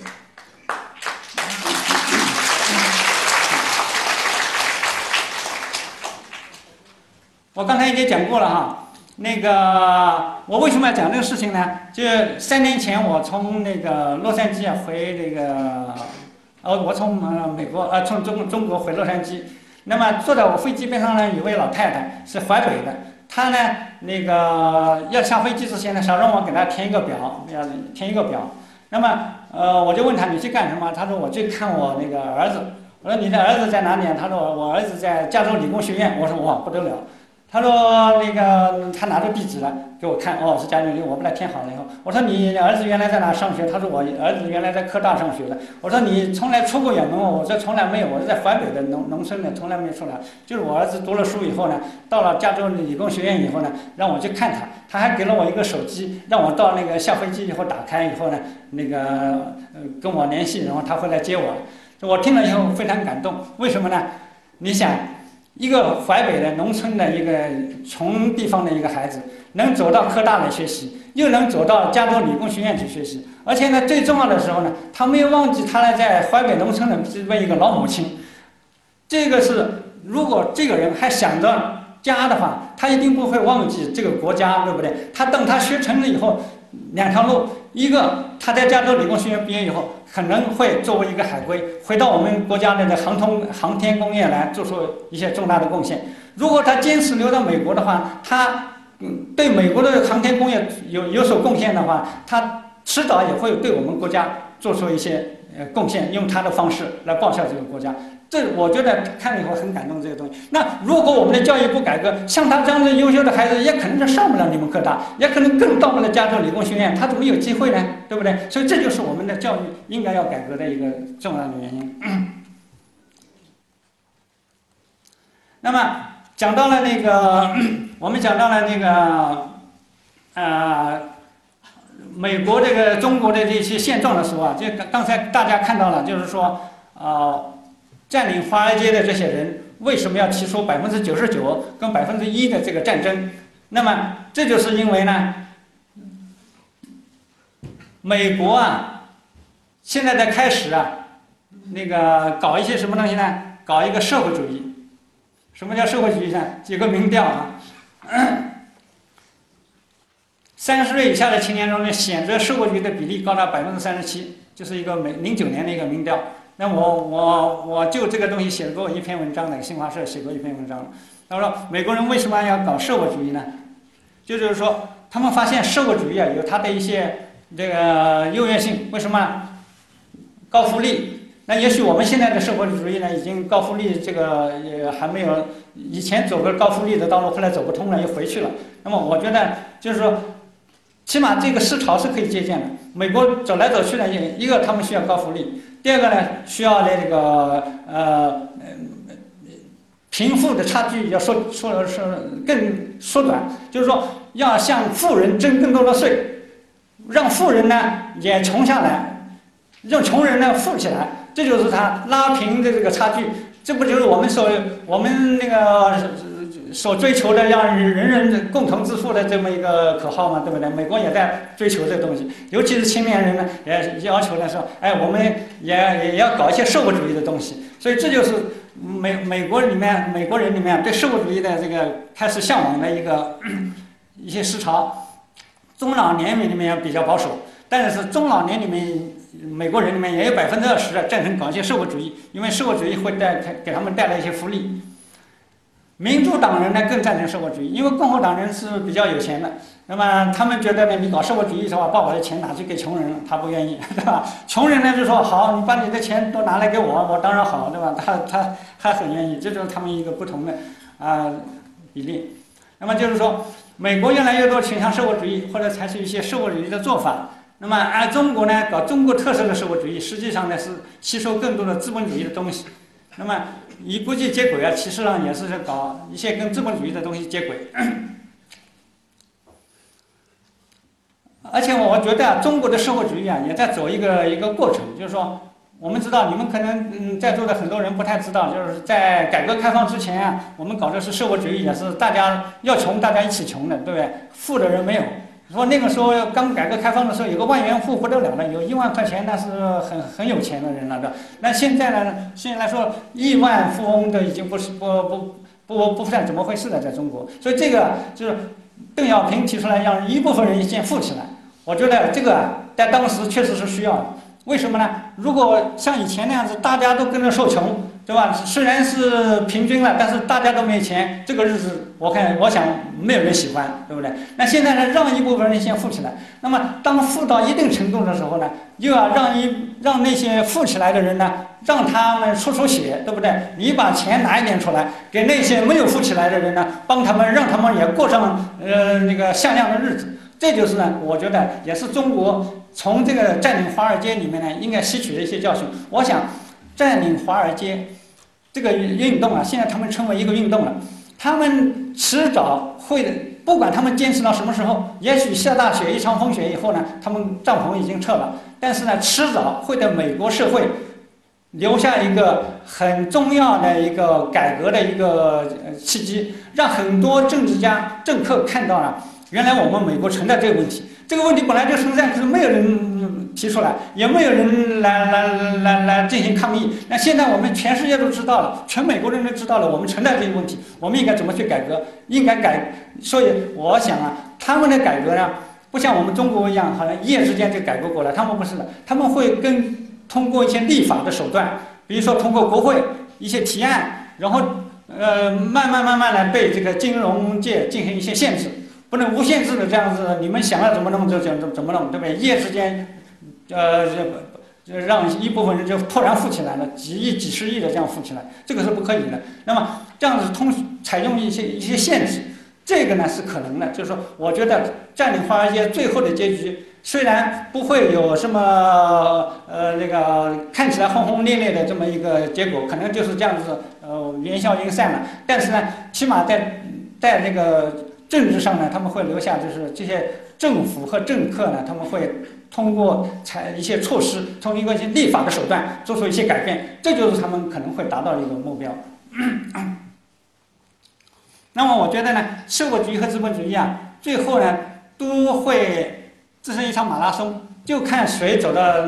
我刚才已经讲过了哈。那个，我为什么要讲这个事情呢？就3年前，我从那个洛杉矶回那个，我从美国从中国回洛杉矶。那么坐在我飞机边上呢，有位老太太是淮北的，她呢那个要下飞机之前呢，想让我给她填一个表，那么我就问她你去干什么？她说我去看我那个儿子。我说你的儿子在哪里？她说我儿子在加州理工学院。我说哇不得了。他说那个他拿着地址来给我看，是加州理工，我把它填好了以后，我说你儿子原来在哪上学？他说我儿子原来在科大上学的。我说你从来出过远门吗？我说从来没有，我是在淮北的农村的，从来没出来。就是我儿子读了书以后呢，到了加州理工学院以后呢，让我去看他，他还给了我一个手机，让我到那个下飞机以后打开以后呢，那个跟我联系，然后他会来接我。我听了以后非常感动，为什么呢？你想。一个淮北的农村的一个穷地方的一个孩子，能走到科大来学习，又能走到加州理工学院去学习，而且呢，最重要的时候呢，他没有忘记他在淮北农村的这么一个老母亲。这个是，如果这个人还想着家的话，他一定不会忘记这个国家，对不对？等他学成了以后，两条路，一个他在加州理工学院毕业以后，可能会作为一个海归回到我们国家的航天工业来做出一些重大的贡献。如果他坚持留到美国的话，他对美国的航天工业有所贡献的话，他迟早也会对我们国家做出一些贡献，用他的方式来报效这个国家。这我觉得看了以后很感动这个东西。那如果我们的教育不改革，像他这样的优秀的孩子，也可能是上不了你们科大，也可能更到不了加州理工学院，他怎么有机会呢？对不对？所以这就是我们的教育应该要改革的一个重要的原因。那么讲到了那个，我们讲到了那个美国这个中国的这些现状的时候啊，就刚才大家看到了，就是说占领华尔街的这些人为什么要提出99%跟1%的这个战争？那么这就是因为呢，美国啊，现在在开始那个搞一些什么东西呢？搞一个社会主义。什么叫社会主义呢？几个民调30岁以下的青年中间选择社会主义的比例高达37%，就是一个09年的一个民调。那我就这个东西写过一篇文章的，新华社写过一篇文章。他说美国人为什么要搞社会主义呢？就是说他们发现社会主义有它的一些这个优越性。为什么？高福利。那也许我们现在的社会主义呢，已经高福利这个也还没有，以前走个高福利的道路，后来走不通了，又回去了。那么我觉得就是说，起码这个思潮是可以借鉴的。美国走来走去呢，一个他们需要高福利。第二个呢，需要这个贫富的差距要更缩短，就是说要向富人征更多的税，让富人呢也穷下来，让穷人呢富起来，这就是他拉平的这个差距。这不就是我们那个所追求的让人人共同致富的这么一个口号嘛，对不对？美国也在追求这个东西，尤其是青年人呢，也要求呢说，我们也要搞一些社会主义的东西。所以这就是美国人里面对社会主义的这个开始向往的一些思潮。中老年里面比较保守，但是中老年里面美国人里面也有20%赞成搞一些社会主义，因为社会主义会给他们带来一些福利。民主党人呢更赞成社会主义，因为共和党人是比较有钱的，那么他们觉得呢，你搞社会主义的话，把我的钱拿去给穷人了，他不愿意，对吧？穷人呢就说好，你把你的钱都拿来给我，我当然好，对吧？他很愿意，这就是他们一个不同的比例。那么就是说，美国越来越多倾向社会主义，或者采取一些社会主义的做法。那么中国呢，搞中国特色的社会主义，实际上呢是吸收更多的资本主义的东西。那么以国际接轨其实上也是搞一些跟资本主义的东西接轨。而且我觉得中国的社会主义也在走一个过程，就是说，我们知道你们可能在座的很多人不太知道，就是在改革开放之前我们搞的是社会主义，也是大家要穷大家一起穷的，对不对？富的人没有。说那个时候刚改革开放的时候，有个万元户不得了了，有1万块钱那是很有钱的人了的。那现在呢？现在来说，亿万富翁都已经不算怎么回事了，在中国。所以这个就是邓小平提出来，让一部分人先富起来。我觉得这个在当时确实是需要的。为什么呢？如果像以前那样子，大家都跟着受穷，对吧？虽然是平均了，但是大家都没钱，这个日子我想没有人喜欢，对不对？那现在呢，让一部分人先富起来。那么当富到一定程度的时候呢，又要让那些富起来的人呢，让他们出血，对不对？你把钱拿一点出来，给那些没有富起来的人呢，帮他们，让他们也过上那个像样的日子。这就是呢，我觉得也是中国从这个占领华尔街里面呢，应该吸取的一些教训。我想，占领华尔街这个运动现在他们称为一个运动了。他们迟早会，不管他们坚持到什么时候，也许下大雪，一场风雪以后呢，他们帐篷已经撤了，但是呢，迟早会在美国社会留下一个很重要的一个改革的一个契机，让很多政治家、政客看到了。原来我们美国存在这个问题，这个问题本来就存在，可是没有人提出来，也没有人来进行抗议。那现在我们全世界都知道了，全美国人都知道了，我们存在这个问题，我们应该怎么去改革？应该改。所以我想他们的改革呢，不像我们中国一样，好像一夜之间就改革过来。他们不是的，他们会通过一些立法的手段，比如说通过国会一些提案，然后慢慢来被这个金融界进行一些限制。不能无限制的这样子，你们想要怎么弄就怎么弄，对不对？一夜之间，让一部分人就突然富起来了，几亿、几十亿的这样富起来，这个是不可以的。那么这样子采用一些限制，这个呢是可能的。就是说，我觉得占领华尔街最后的结局，虽然不会有什么那个看起来轰轰烈烈的这么一个结果，可能就是这样子烟消云散了。但是呢，起码在那个政治上呢，他们会留下，就是这些政府和政客呢，他们会通过一些措施，通过一些立法的手段做出一些改变，这就是他们可能会达到的一个目标。那么我觉得呢，社会主义和资本主义最后呢都会这是一场马拉松，就看谁走到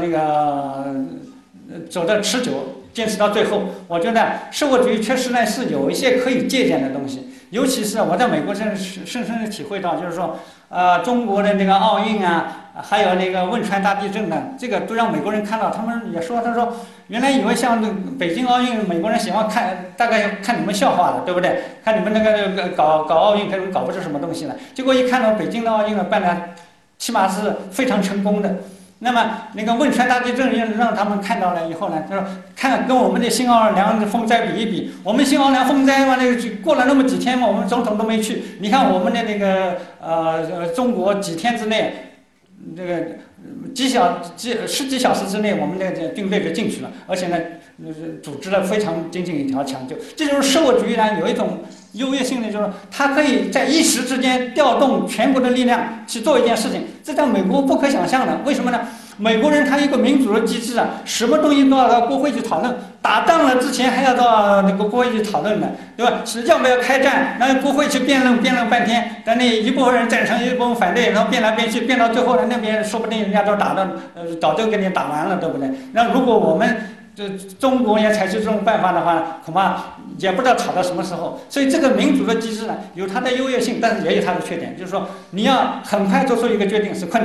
持久，坚持到最后。我觉得社会主义确实呢是有一些可以借鉴的东西。尤其是我在美国深深的体会到，就是说，中国的那个奥运还有那个汶川大地震呢，这个都让美国人看到。他们也说，他说原来以为像北京奥运，美国人喜欢看，大概看你们笑话了，对不对？看你们那个搞奥运，可能搞不出什么东西来。结果一看到北京的奥运办的，起码是非常成功的。那么那个汶川大地震让他们看到了以后呢，就是看跟我们的新奥尔良风灾比一比，我们新奥尔良风灾过了那么几天嘛，我们总统都没去。你看我们的那个中国几天之内，这个十几小时之内，我们的军队就进去了，而且呢，组织了非常井井有条抢救。这就是社会主义有一种优越性的，就是它可以在一时之间调动全国的力量去做一件事情，这在美国不可想象的。为什么呢？美国人他一个民主的机制什么东西都要到国会去讨论，打仗了之前还要到那个国会去讨论的，对吧？是要不要开战，然后国会去辩论半天，但那一部分人赞成，一部分反对，然后辩来辩去，辩到最后呢，那边说不定人家都打的早就给你打完了，对不对？那如果我们中国也采取这种办法的话，恐怕也不知道吵到什么时候。所以这个民主的机制有它的优越性，但是也有它的缺点，就是说你要很快做出一个决定是困难的。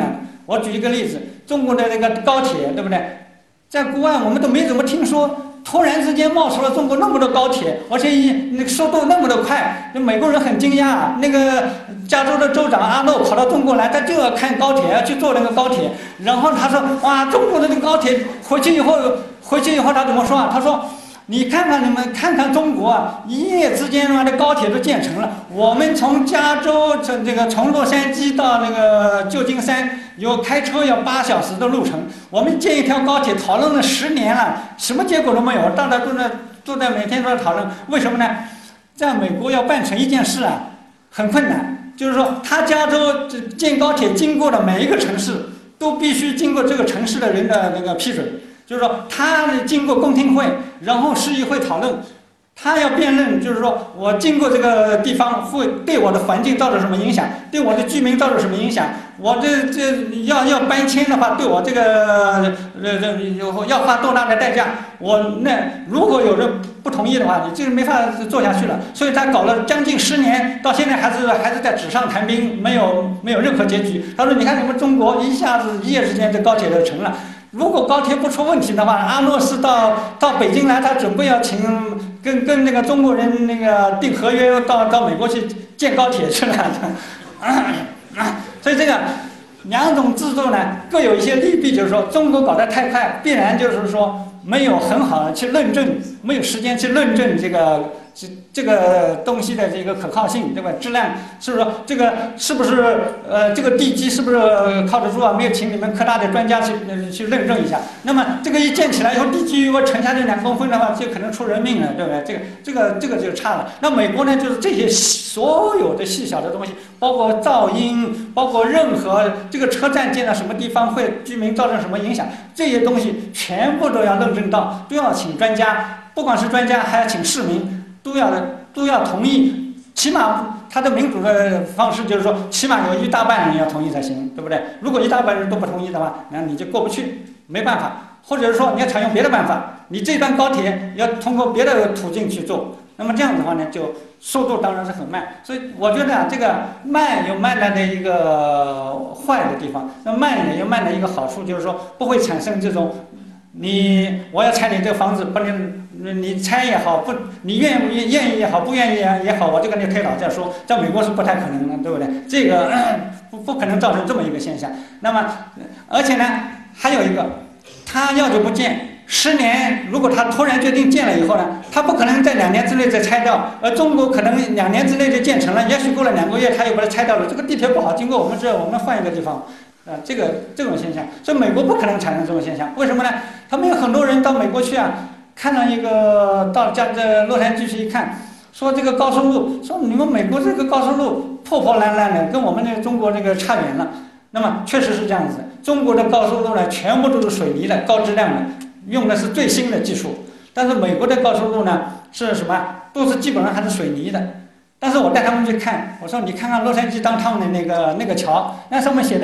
我举一个例子，中国的那个高铁，对不对？在国外我们都没怎么听说，突然之间冒出了中国那么多高铁，而且那个速度那么的快，美国人很惊讶。那个加州的州长阿诺跑到中国来，他就要看高铁，要去坐那个高铁。然后他说：“哇，中国的那个高铁回去以后他怎么说啊？他说。”你看看中国啊，一夜之间的高铁都建成了。我们从加州从洛杉矶到那个旧金山，开车要8小时的路程。我们建一条高铁讨论了10年了，什么结果都没有。大家都在每天都在讨论，为什么呢？在美国要办成一件事啊，很困难。就是说，他加州建高铁经过的每一个城市，都必须经过这个城市的人的那个批准。就是说，他经过公听会，然后市议会讨论，他要辩论，就是说我经过这个地方会对我的环境造成什么影响，对我的居民造成什么影响，我要搬迁的话，对我这个要花多大的代价，如果有人不同意的话，你这个没法做下去了。所以他搞了将近10年，到现在还是在纸上谈兵，没有任何结局。他说：“你看你们中国一下子一夜之间这高铁就成了。”如果高铁不出问题的话，阿诺是到北京来，他准备要请跟那个中国人那个订合约，到美国去建高铁去了。所以这个两种制度呢，各有一些利弊，就是说中国搞得太快，必然就是说没有很好的去论证，没有时间去论证这个东西的这个可靠性，对吧？质量是不是这个是不是这个地基是不是靠得住啊？没有请你们科大的专家去论证一下。那么这个一建起来以后，地基如果沉下去2公分的话，就可能出人命了，对不对？这个就差了。那美国呢，就是这些所有的细小的东西，包括噪音，包括任何这个车站建到什么地方会居民造成什么影响，这些东西全部都要论证到，都要请专家，不管是专家还要请市民。都要同意，起码他的民主的方式就是说，起码有1大半人要同意才行，对不对？如果1大半人都不同意的话，那你就过不去，没办法。或者是说你要采用别的办法，你这段高铁要通过别的途径去做，那么这样的话呢，就速度当然是很慢。所以我觉得啊，这个慢有慢的一个坏的地方，那慢也有慢的一个好处，就是说不会产生这种。我要拆你这个房子，不能你拆也好，你愿意也好，不愿意也好，我就跟你推倒再说。在美国是不太可能的，对不对？这个不可能造成这么一个现象。那么，而且呢，还有一个，他要就不建，10年，如果他突然决定建了以后呢，他不可能在2年之内再拆掉，而中国可能2年之内就建成了，也许过了2个月他又把它拆掉了。这个地铁不好，经过我们这，我们换一个地方。这种现象，所以美国不可能产生这种现象，为什么呢？他们有很多人到美国去啊，看到一个到洛杉矶去一看，说这个高速路，说你们美国这个高速路破破烂烂的，跟我们那个中国这个差远了。那么确实是这样子，中国的高速路呢，全部都是水泥的，高质量的，用的是最新的技术。但是美国的高速路呢，是什么？都是基本上还是水泥的。但是我带他们去看，我说你看看洛杉矶downtown的那个桥，那上面写的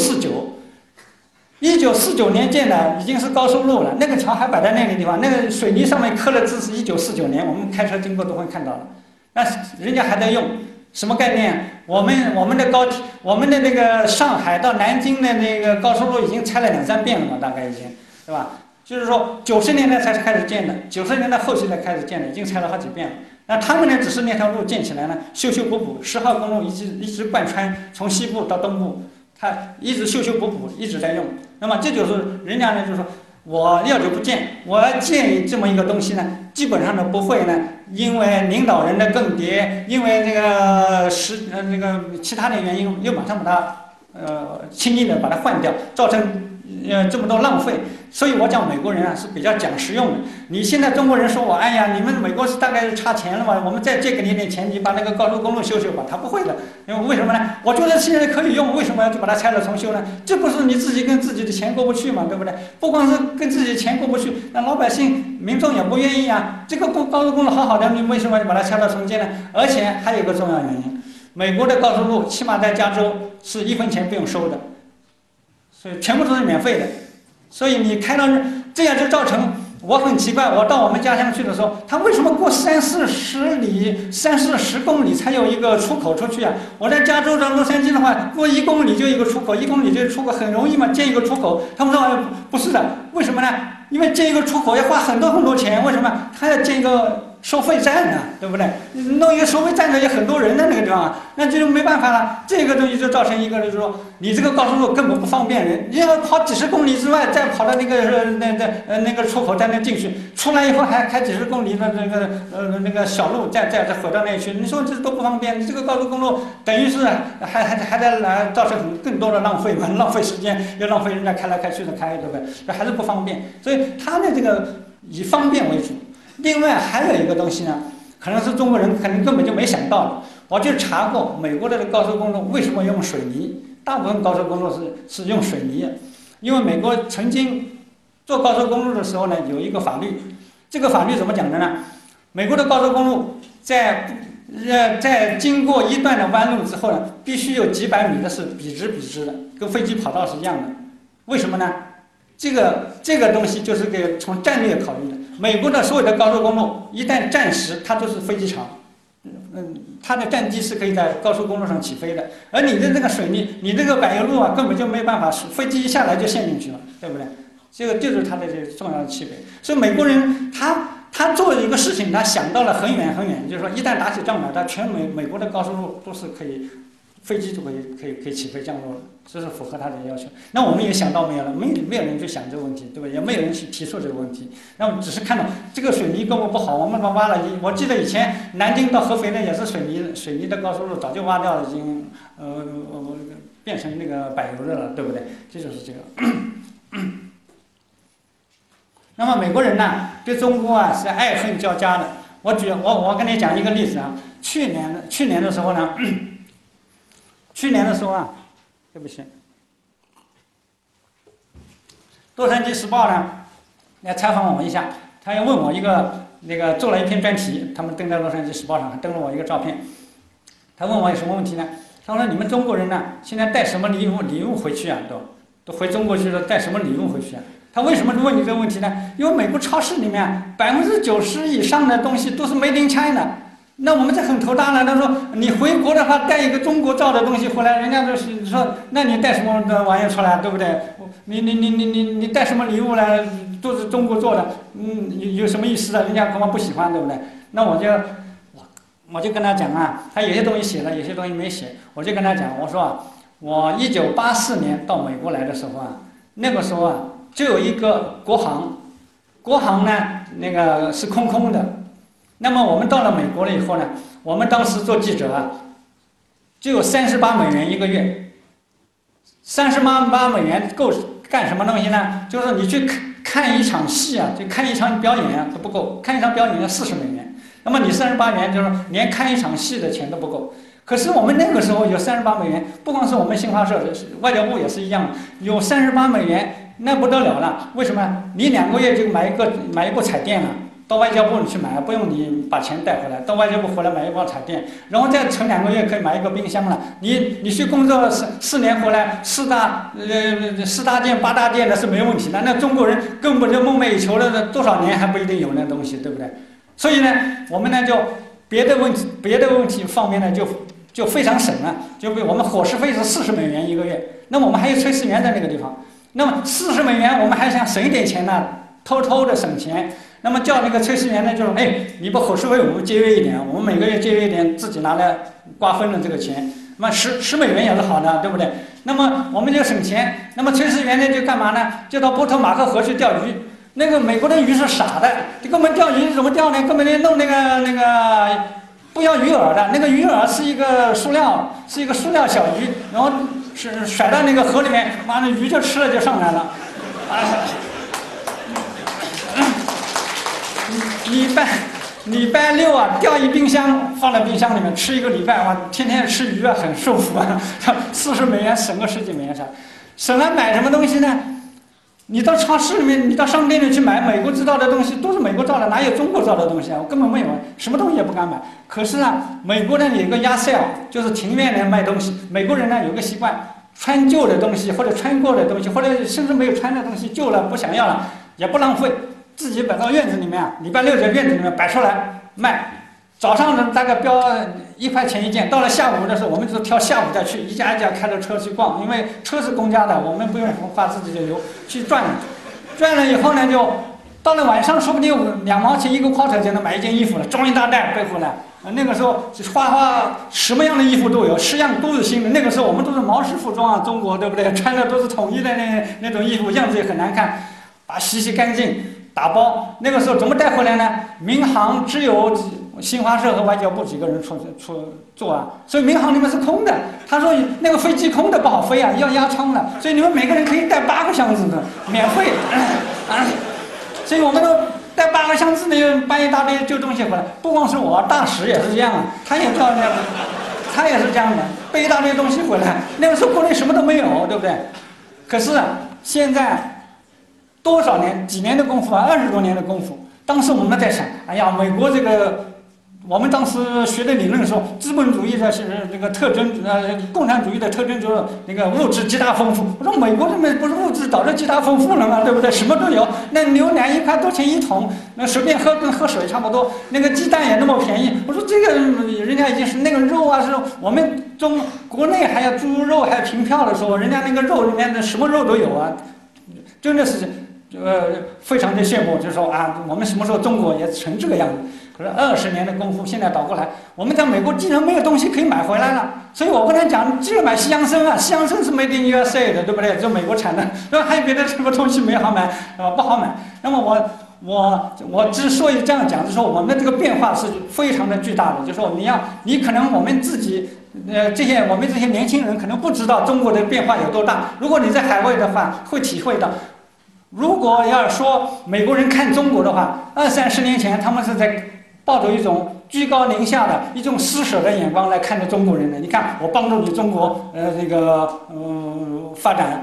1949年建的，已经是高速路了。那个桥还摆在那个地方，那个水泥上面刻了字是1949年，我们开车经过都会看到的。那人家还在用，什么概念？我们的高铁，我们的那个上海到南京的那个高速路已经拆了2、3遍了嘛，大概已经，对吧？就是说90年代才开始建的，90年代后期才开始建的，已经拆了好几遍了。那他们呢，只是那条路建起来呢，修修补补，10号公路一直贯穿，从西部到东部，它一直修修补补，一直在用。那么这就是人家呢，就是说我要就不建，我要建这么一个东西呢，基本上呢不会呢，因为领导人的更迭，因为那个其他的原因，又马上把它轻易的把它换掉，造成这么多浪费。所以我讲美国人啊是比较讲实用的。你现在中国人说我，哎呀，你们美国是大概是差钱了嘛，我们再借给你点钱，你把那个高速公路修修吧。他不会的，因为为什么呢？我觉得现在可以用，为什么要就把它拆了重修呢？这不是你自己跟自己的钱过不去嘛，对不对？不光是跟自己的钱过不去，那老百姓民众也不愿意啊。这个高速公路好好的，你为什么要把它拆了重建呢？而且还有一个重要原因，美国的高速路起码在加州是1分钱不用收的，所以全部都是免费的。所以你开到这样就造成我很奇怪，我到我们家乡去的时候，他为什么过30-40公里才有一个出口出去啊？我在加州的洛杉矶的话，过1公里就一个出口，1公里就出口，很容易嘛，建一个出口。他们说不是的，为什么呢？因为建一个出口要花很多钱，为什么？他要建一个收费站呢，对不对？弄一个收费站的也很多人在那个地方，那就没办法了。这个东西就造成一个就是说，你这个高速路根本不方便人，你要跑几十公里之外，再跑到那个出口再那进去，出来以后还开几十公里的那个小路，再回到那去，你说这都不方便。你这个高速公路等于是还在造成更多的浪费嘛，浪费时间，又浪费人家开来开去的开，对不对？这还是不方便，所以他的这个以方便为主。另外还有一个东西呢，可能是中国人可能根本就没想到的。我就查过美国的高速公路为什么用水泥，大部分高速公路是用水泥，因为美国曾经做高速公路的时候呢，有一个法律，这个法律怎么讲的呢？美国的高速公路在经过一段的弯路之后呢，必须有几百米的是笔直的，跟飞机跑道是一样的。为什么呢？这个东西就是给从战略考虑的。美国的所有的高速公路一旦战时，它就是飞机场，它的战机是可以在高速公路上起飞的。而你的这个水泥，你这个柏油路啊，根本就没办法，飞机一下来就陷进去了，对不对？这个就是它的这个重要的区别。所以美国人他做一个事情，他想到了很远，就是说一旦打起仗来，他全美国的高速路都是可以。飞机就可以起飞降落了，这是符合他的要求。那我们也想到没有了，没有人去想这个问题，对吧？也没有人去提出这个问题。那我们只是看到这个水泥根本不好，我们挖了我记得以前南京到合肥的也是水泥的高速路，早就挖掉了，已经变成那个柏油的了，对不对？这就是这个。那么美国人呢，对中国啊是爱恨交加的。我跟你讲一个例子啊，去年的时候呢。去年的时候啊，对不起，洛杉矶时报呢来采访我一下，他要问我一个做了一篇专题，他们登在洛杉矶时报上，还登了我一个照片。他问我有什么问题呢？他说你们中国人呢，现在带什么礼物回去啊？都回中国去了，带什么礼物回去啊？他为什么问你这个问题呢？因为美国超市里面90%以上的东西都是 Made in China。那我们这很头大了。他说你回国的话带一个中国造的东西回来，人家就是说，那你带什么玩意出来，对不对？你带什么礼物来，都是中国做的，有什么意思啊？人家恐怕不喜欢，对不对？那我就跟他讲啊，他有些东西写了，有些东西没写，我就跟他讲，我说我1984年到美国来的时候啊，那个时候啊就有一个国航呢那个是空的。那么我们到了美国了以后呢，我们当时做记者啊，就有38美元一个月。38美元够干什么东西呢？就是你去看一场戏啊，就看一场表演啊都不够，看一场表演要40美元。那么你38元就是连看一场戏的钱都不够。可是我们那个时候有38美元，不光是我们新华社，外交部也是一样，有38美元那不得了了。为什么？你2个月就买一部彩电了。到外交部里去买，不用你把钱带回来，到外交部回来买一包彩电，然后再存2个月可以买一个冰箱了。你去工作4年回来，4大件8大件的是没问题的。那中国人根本就梦寐以求的，多少年还不一定有那东西，对不对？所以呢，我们呢就别的问题方面呢就非常省了，就比我们伙食费是40美元一个月，那么我们还有炊事员在那个地方，那么40美元我们还想省一点钱呢，偷偷的省钱。那么叫那个炊事员呢，就是你把伙食费我们节约一点，我们每个月节约一点，自己拿来瓜分了这个钱。那么10美元也是好的，对不对？那么我们就省钱。那么炊事员呢就干嘛呢？就到波特马克河去钓鱼。那个美国的鱼是傻的，根本钓鱼怎么钓呢？根本就弄那个不要鱼饵的，那个鱼饵是一个塑料小鱼，然后是甩到那个河里面，完了鱼就吃了就上来了。礼拜6啊，钓一冰箱放在冰箱里面吃1个礼拜，哇，天天吃鱼啊，很舒服啊。40美元省个10几美元省来买什么东西呢？你到超市里面，你到商店里去买美国制造的东西，都是美国造的，哪有中国造的东西啊？我根本没有，什么东西也不敢买。可是啊，美国人有个yard sale，就是庭院里卖东西。美国人呢有个习惯，穿旧的东西或者穿过的东西，或者甚至没有穿的东西，旧了不想要了，也不浪费。 自己摆到院子里面，礼拜六在院子里面摆出来卖。早上呢大概标1块钱一件，到了下午的时候，我们就挑下午再去，一家一家开着车去逛，因为车是公家的，我们不用花自己的油去转。转了以后呢，就到了晚上，说不定2毛钱1个 quarter 就能买一件衣服了，装一大袋背回来。那个时候花什么样的衣服都有，10样都是新的。那个时候我们都是毛式服装啊，中国对不对？穿的都是统一的那种衣服，样子也很难看，把洗干净，打包。那个时候怎么带回来呢？民航只有新华社和外交部几个人出做啊，所以民航里面是空的。他说那个飞机空的不好飞啊，要压舱的，所以你们每个人可以带8个箱子的，免费。所以我们都带8个箱子呢，搬一大堆旧东西回来。不光是我，大使也是这样啊，他也这样，他也是这样的，背一大堆东西回来。那个时候国内什么都没有，对不对？可是现在多少年、几年的功夫啊，20多年的功夫。当时我们在想，哎呀，美国这个。我们当时学的理论说，资本主义的是这个特征，共产主义的特征就是那个物质极大丰富。我说美国这边不是物质早就极大丰富了吗？对不对？什么都有，那牛奶1块多钱1桶，那随便喝跟喝水差不多。那个鸡蛋也那么便宜。我说这个人家已经是那个肉啊，是我们国内还有猪肉还有凭票的时候，人家那个肉里面的什么肉都有啊，真的是非常的羡慕，就是说啊，我们什么时候中国也成这个样子？可是20年的功夫，现在倒过来，我们在美国竟然没有东西可以买回来了。所以我跟他讲，只有买西洋参啊，西洋参是 Made in USA 的，对不对？就美国产的，然后还有别的什么东西没好买，不好买。那么我之所以这样讲，就是说我们的这个变化是非常的巨大的。就是说你可能我们自己我们这些年轻人可能不知道中国的变化有多大。如果你在海外的话，会体会到。如果要说美国人看中国的话，20-30年前他们是在抱着一种居高临下的一种施舍的眼光来看着中国人的。你看，我帮助你中国发展，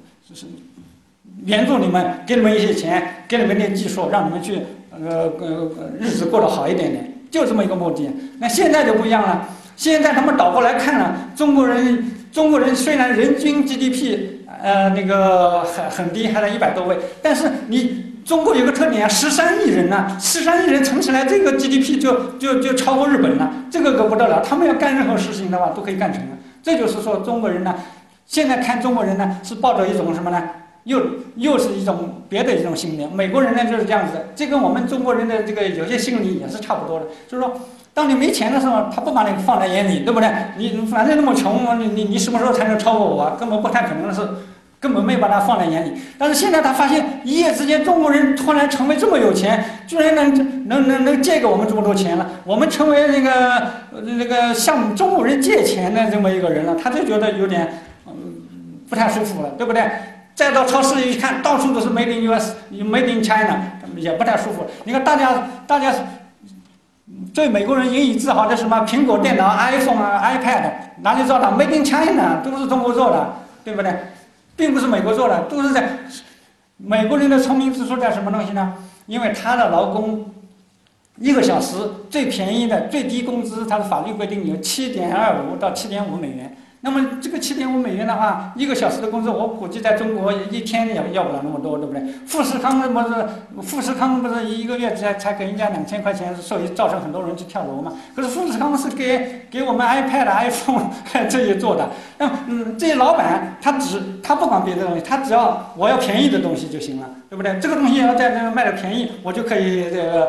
援助你们，给你们一些钱，给你们点技术，让你们去日子过得好一点点，就这么一个目的。那现在就不一样了，现在他们倒过来看了，中国人虽然人均 GDP 那个很低，还在100多位，但是中国有个特点啊，13亿人呐，13亿人乘起来，这个 GDP 就超过日本了，这个可不得了。他们要干任何事情的话，都可以干成了。这就是说，中国人呢，现在看中国人呢，是抱着一种什么呢？又是一种别的一种心理。美国人呢就是这样子的，这跟我们中国人的这个有些心理也是差不多的，就是说。当你没钱的时候，他不把你放在眼里，对不对？你反正那么穷，你什么时候才能超过我？根本不太可能的事，根本没把他放在眼里。但是现在他发现，一夜之间中国人突然成为这么有钱，居然能借给我们这么多钱了。我们成为那个向中国人借钱的这么一个人了，他就觉得有点不太舒服了，对不对？再到超市里一看，到处都是 Made in US、Made in China， 也不太舒服。你看大家。对美国人引以自豪的什么苹果电脑、iPhone 啊、iPad， 哪里做的 ？Made in China， 都是中国做的，对不对？并不是美国做的，都是在美国人的聪明之处在什么东西呢？因为他的劳工1个小时最便宜的最低工资，它的法律规定有7.25到7.5美元。那么这个7.5美元的话，1个小时的工资，我估计在中国一天也要不了那么多，对不对？富士康不是1个月才给人家2000块钱，所以造成很多人去跳楼嘛。可是富士康是给我们 iPad、iPhone 这些做的。那这些老板他不管别的东西，他只要我要便宜的东西就行了，对不对？这个东西要在那卖的便宜，我就可以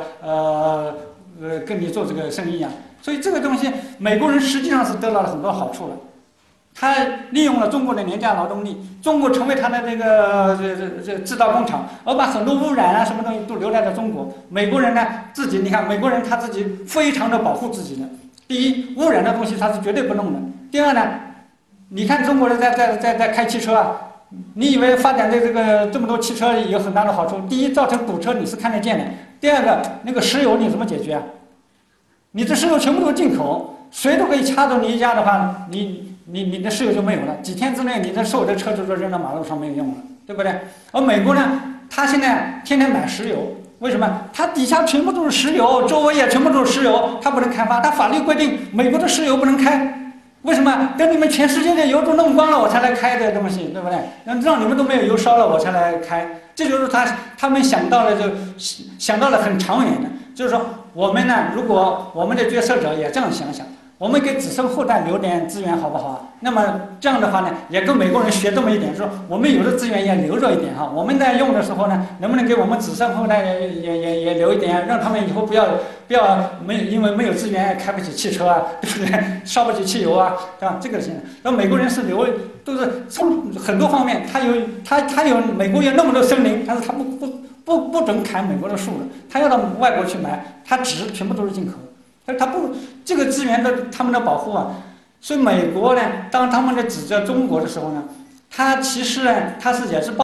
跟你做这个生意啊。所以这个东西美国人实际上是得到了很多好处了。他利用了中国的廉价劳动力，中国成为他的这个制造工厂，而把很多污染啊什么东西都留在了中国。美国人呢你看美国人他自己非常的保护自己的。第一，污染的东西他是绝对不弄的。第二呢，你看中国人在开汽车啊，你以为发展的这么多汽车有很大的好处？第一，造成堵车你是看得见的。第二个，那个石油你怎么解决啊？你这石油全部都进口，谁都可以掐着你一家的话，你的石油就没有了，几天之内你的所有的车子都扔到马路上没有用了，对不对？而美国呢，他现在天天买石油，为什么？它底下全部都是石油，周围也全部都是石油，它不能开发，它法律规定美国的石油不能开， 为什么等你们全世界的油都弄光了，我才来开的东西，对不对？让你们都没有油烧了，我才来开。这就是他们想到了很长远的，就是说我们呢，如果我们的决策者也这样想想。我们给子孙后代留点资源好不好？那么这样的话呢，也跟美国人学这么一点，说我们有的资源也留着一点哈。我们在用的时候呢，能不能给我们子孙后代也留一点，让他们以后不要因为没有资源开不起汽车啊，对不对？烧不起汽油啊，对吧？这个行。那美国人是都是从很多方面，他有美国有那么多森林，但是他不准砍美国的树的，他要到外国去买，他纸全部都是进口。他不，这个资源的他们的保护啊，所以美国呢，当他们在指责中国的时候呢，他其实呢，也是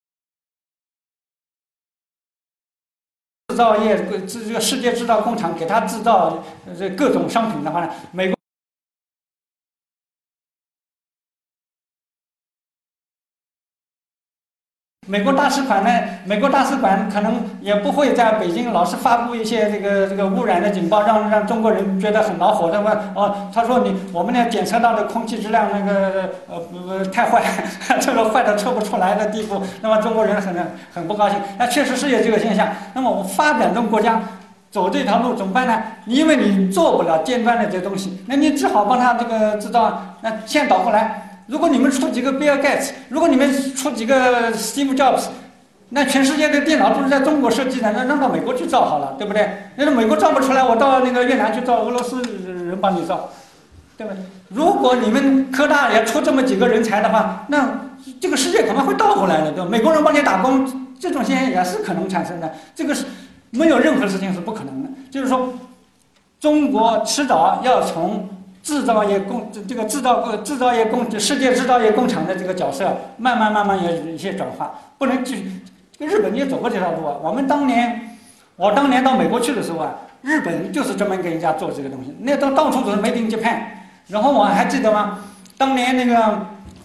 制造业这个世界制造工厂给他制造这各种商品的话呢，美国。美国大使馆可能也不会在北京老是发布一些这个污染的警报，让中国人觉得很恼火。他说我们呢检测到的空气质量太坏，这个坏到测不出来的地步，那么中国人很不高兴。那确实是有这个现象。那么我们发展中国家走这条路怎么办呢？因为你做不了尖端的这些东西，那你只好帮他这个制造。那现在倒过来。如果你们出几个比尔盖茨，如果你们出几个 Steve Jobs， 那全世界的电脑都是在中国设计的，那让到美国去造好了，对不对？那美国造不出来，我到那个越南去造，俄罗斯人帮你造，对不对？如果你们科大也出这么几个人才的话，那这个世界可能会倒过来了，对吧？美国人帮你打工，这种现象也是可能产生的。这个是没有任何事情是不可能的，就是说，中国迟早要从制造业世界制造业工厂的这个角色，慢慢有一些转化，不能继续。这个日本也走过这条路啊。我当年到美国去的时候啊，日本就是专门给人家做这个东西，那到处都是 Made in Japan。然后我还记得吗？当年那个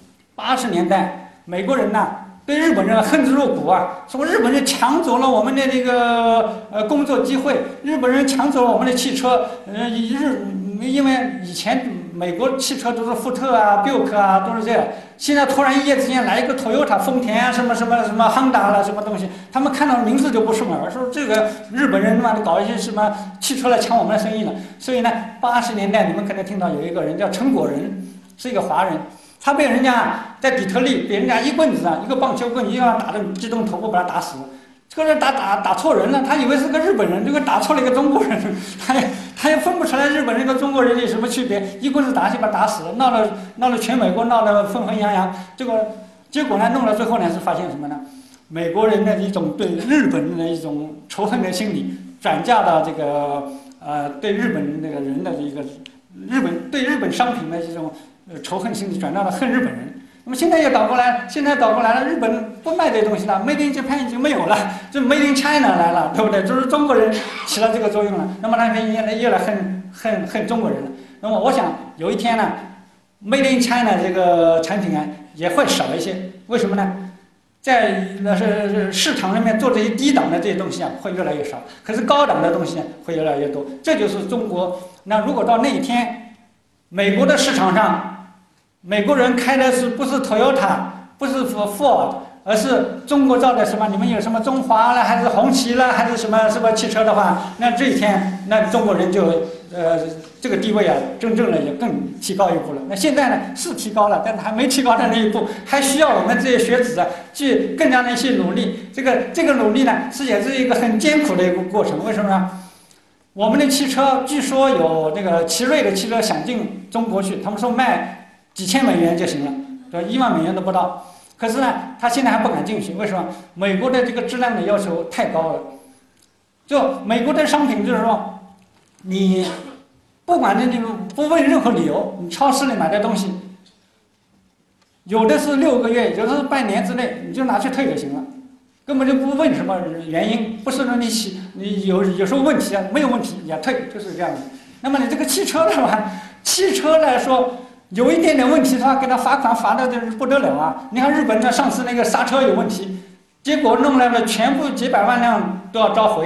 80年代，美国人呐，对日本人恨之入骨啊，说日本人抢走了我们的这个工作机会，日本人抢走了我们的汽车，因为以前美国汽车都是福特啊、Buick 啊，都是这样。现在突然一夜之间来一个 Toyota、丰田啊，什么 Honda 了，什么东西，他们看到名字就不顺耳，说这个日本人嘛，搞一些什么汽车来抢我们的生意了。所以呢，80年代你们可能听到有一个人叫陈果仁，是一个华人，他被人家在底特律被人家一棍子啊，一个棒球棍一样打的击中头部，把他打死了。这个人打错人了，他以为是个日本人，这个打错了一个中国人，他也分不出来日本人跟中国人有什么区别，一棍子打去把他打死了，闹了全美国闹得纷纷扬扬。这个结果呢，弄到最后呢是发现什么呢？美国人的一种对日本人的一种仇恨的心理，转嫁到这个对日本那个人的一个对日本商品的这种仇恨心理，转嫁到恨日本人。那么现在倒过来了，日本不卖这东西了 ，Made in Japan 已经没有了，这 Made in China 来了，对不对？就是中国人起了这个作用了。那么那边越来恨中国人了。那么我想有一天呢 ，Made in China 这个产品啊也会少一些。为什么呢？在市场里面做这些低档的这些东西啊会越来越少，可是高档的东西呢会越来越多。这就是中国。那如果到那一天，美国的市场上，美国人开的不是 Toyota， 不是 Ford， 而是中国造的什么？你们有什么中华了，还是红旗了，还是什么汽车的话，那这一天，那中国人就这个地位啊，真正的也更提高一步了。那现在呢是提高了，但是还没提高到那一步，还需要我们这些学子啊去更加的一些努力。这个努力呢，也是一个很艰苦的一个过程。为什么呢？我们的汽车据说有那个奇瑞的汽车想进中国去，他们说卖几千美元就行了，对吧？1万美元都不到。可是呢，他现在还不敢进去，为什么？美国的这个质量的要求太高了。就美国的商品，就是说，你不管你不问任何理由，你超市里买的东西，有的是6个月，有的是半年之内，你就拿去退就行了，根本就不问什么原因，不是说你有时候问题啊，没有问题也退，就是这样的。那么你这个汽车的话，汽车来说。有一点点问题，他给他罚款罚的不得了啊！你看日本的上次那个刹车有问题，结果弄来了全部几百万辆都要召回啊！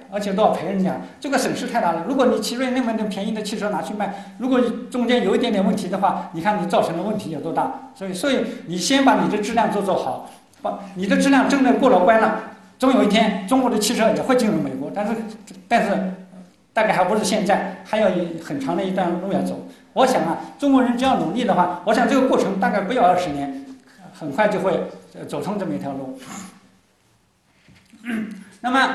而且都要赔人家，这个损失太大了。如果你奇瑞那么便宜的汽车拿去卖，如果中间有一点点问题的话，你看你造成的问题有多大。所以你先把你的质量做好，把你的质量真的过了关了，总有一天中国的汽车也会进入美国，但是大概还不是现在，还有很长的一段路要走。我想啊，中国人只要努力的话，我想这个过程大概不要20年，很快就会走通这么一条路。那么，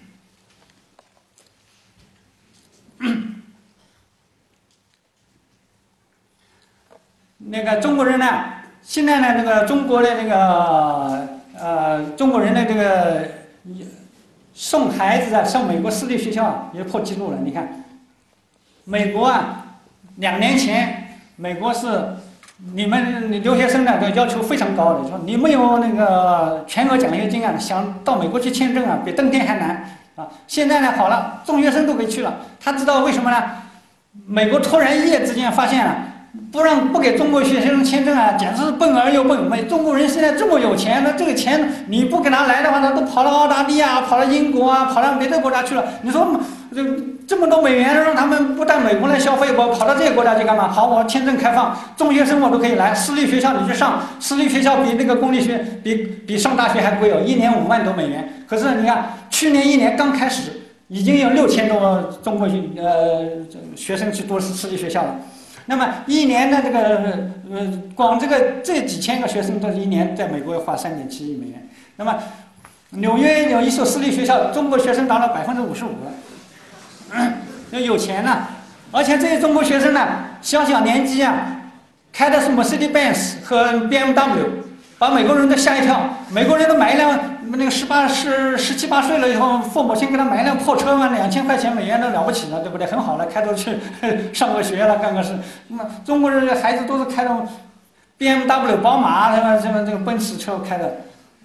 那个中国人呢，现在呢，这个中国的这个中国人的这个送孩子啊，上美国私立学校啊也破纪录了。你看，美国啊，2年前美国是你们留学生呢，这个要求非常高的，说你没有那个全额奖学金啊，想到美国去签证啊，比登天还难啊。现在呢好了，中学生都可以去了。他知道为什么呢？美国突然一夜之间发现了，不给中国学生签证啊，简直是笨而又笨。中国人现在这么有钱，那这个钱你不给他来的话，他都跑到澳大利亚、跑到英国啊、跑到别的国家去了。你说这么多美元让他们不到美国来消费，我跑到这些国家去干嘛？好，我签证开放，中学生我都可以来，私立学校你去上，私立学校比那个公立学比上大学还贵哦，1年5万多美元。可是你看，去年1年刚开始，已经有6000多中国学生去读私立学校了。那么1年的这个光这几千个学生都是1年在美国要花3.7亿美元。那么纽约有一所私立学校，中国学生达到55%了，有钱了。而且这些中国学生呢，小年纪啊，开的是 Mercedes-Benz 和 BMW， 把美国人都吓一跳。美国人都买一辆那个17、18岁了以后，父母亲给他买一辆破车嘛，2000块钱美元都了不起了，对不对？很好了，开出去上个学了，干个事。那么中国人的孩子都是开的 BMW、宝马什么这个奔驰车开的。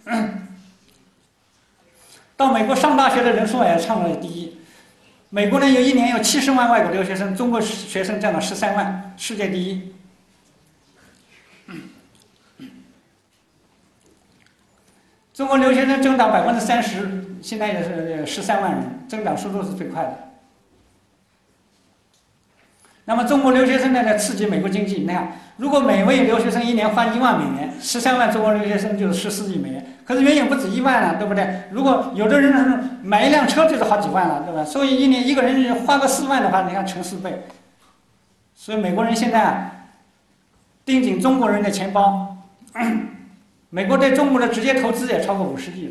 到美国上大学的人数也唱了第一。美国呢有1年有70万外国留学生，中国学生占了13万，世界第一。中国留学生增长30%，现在也是13万人，增长速度是最快的。那么中国留学生呢，刺激美国经济。你看，如果每位留学生1年花1万美元，13万中国留学生就是14亿美元。可是远远不止1万了，对不对？如果有的人买一辆车就是好几万了，对吧？所以1年一个人花个4万的话，你看乘4倍。所以美国人现在啊，盯紧中国人的钱包。美国对中国的直接投资也超过50亿了。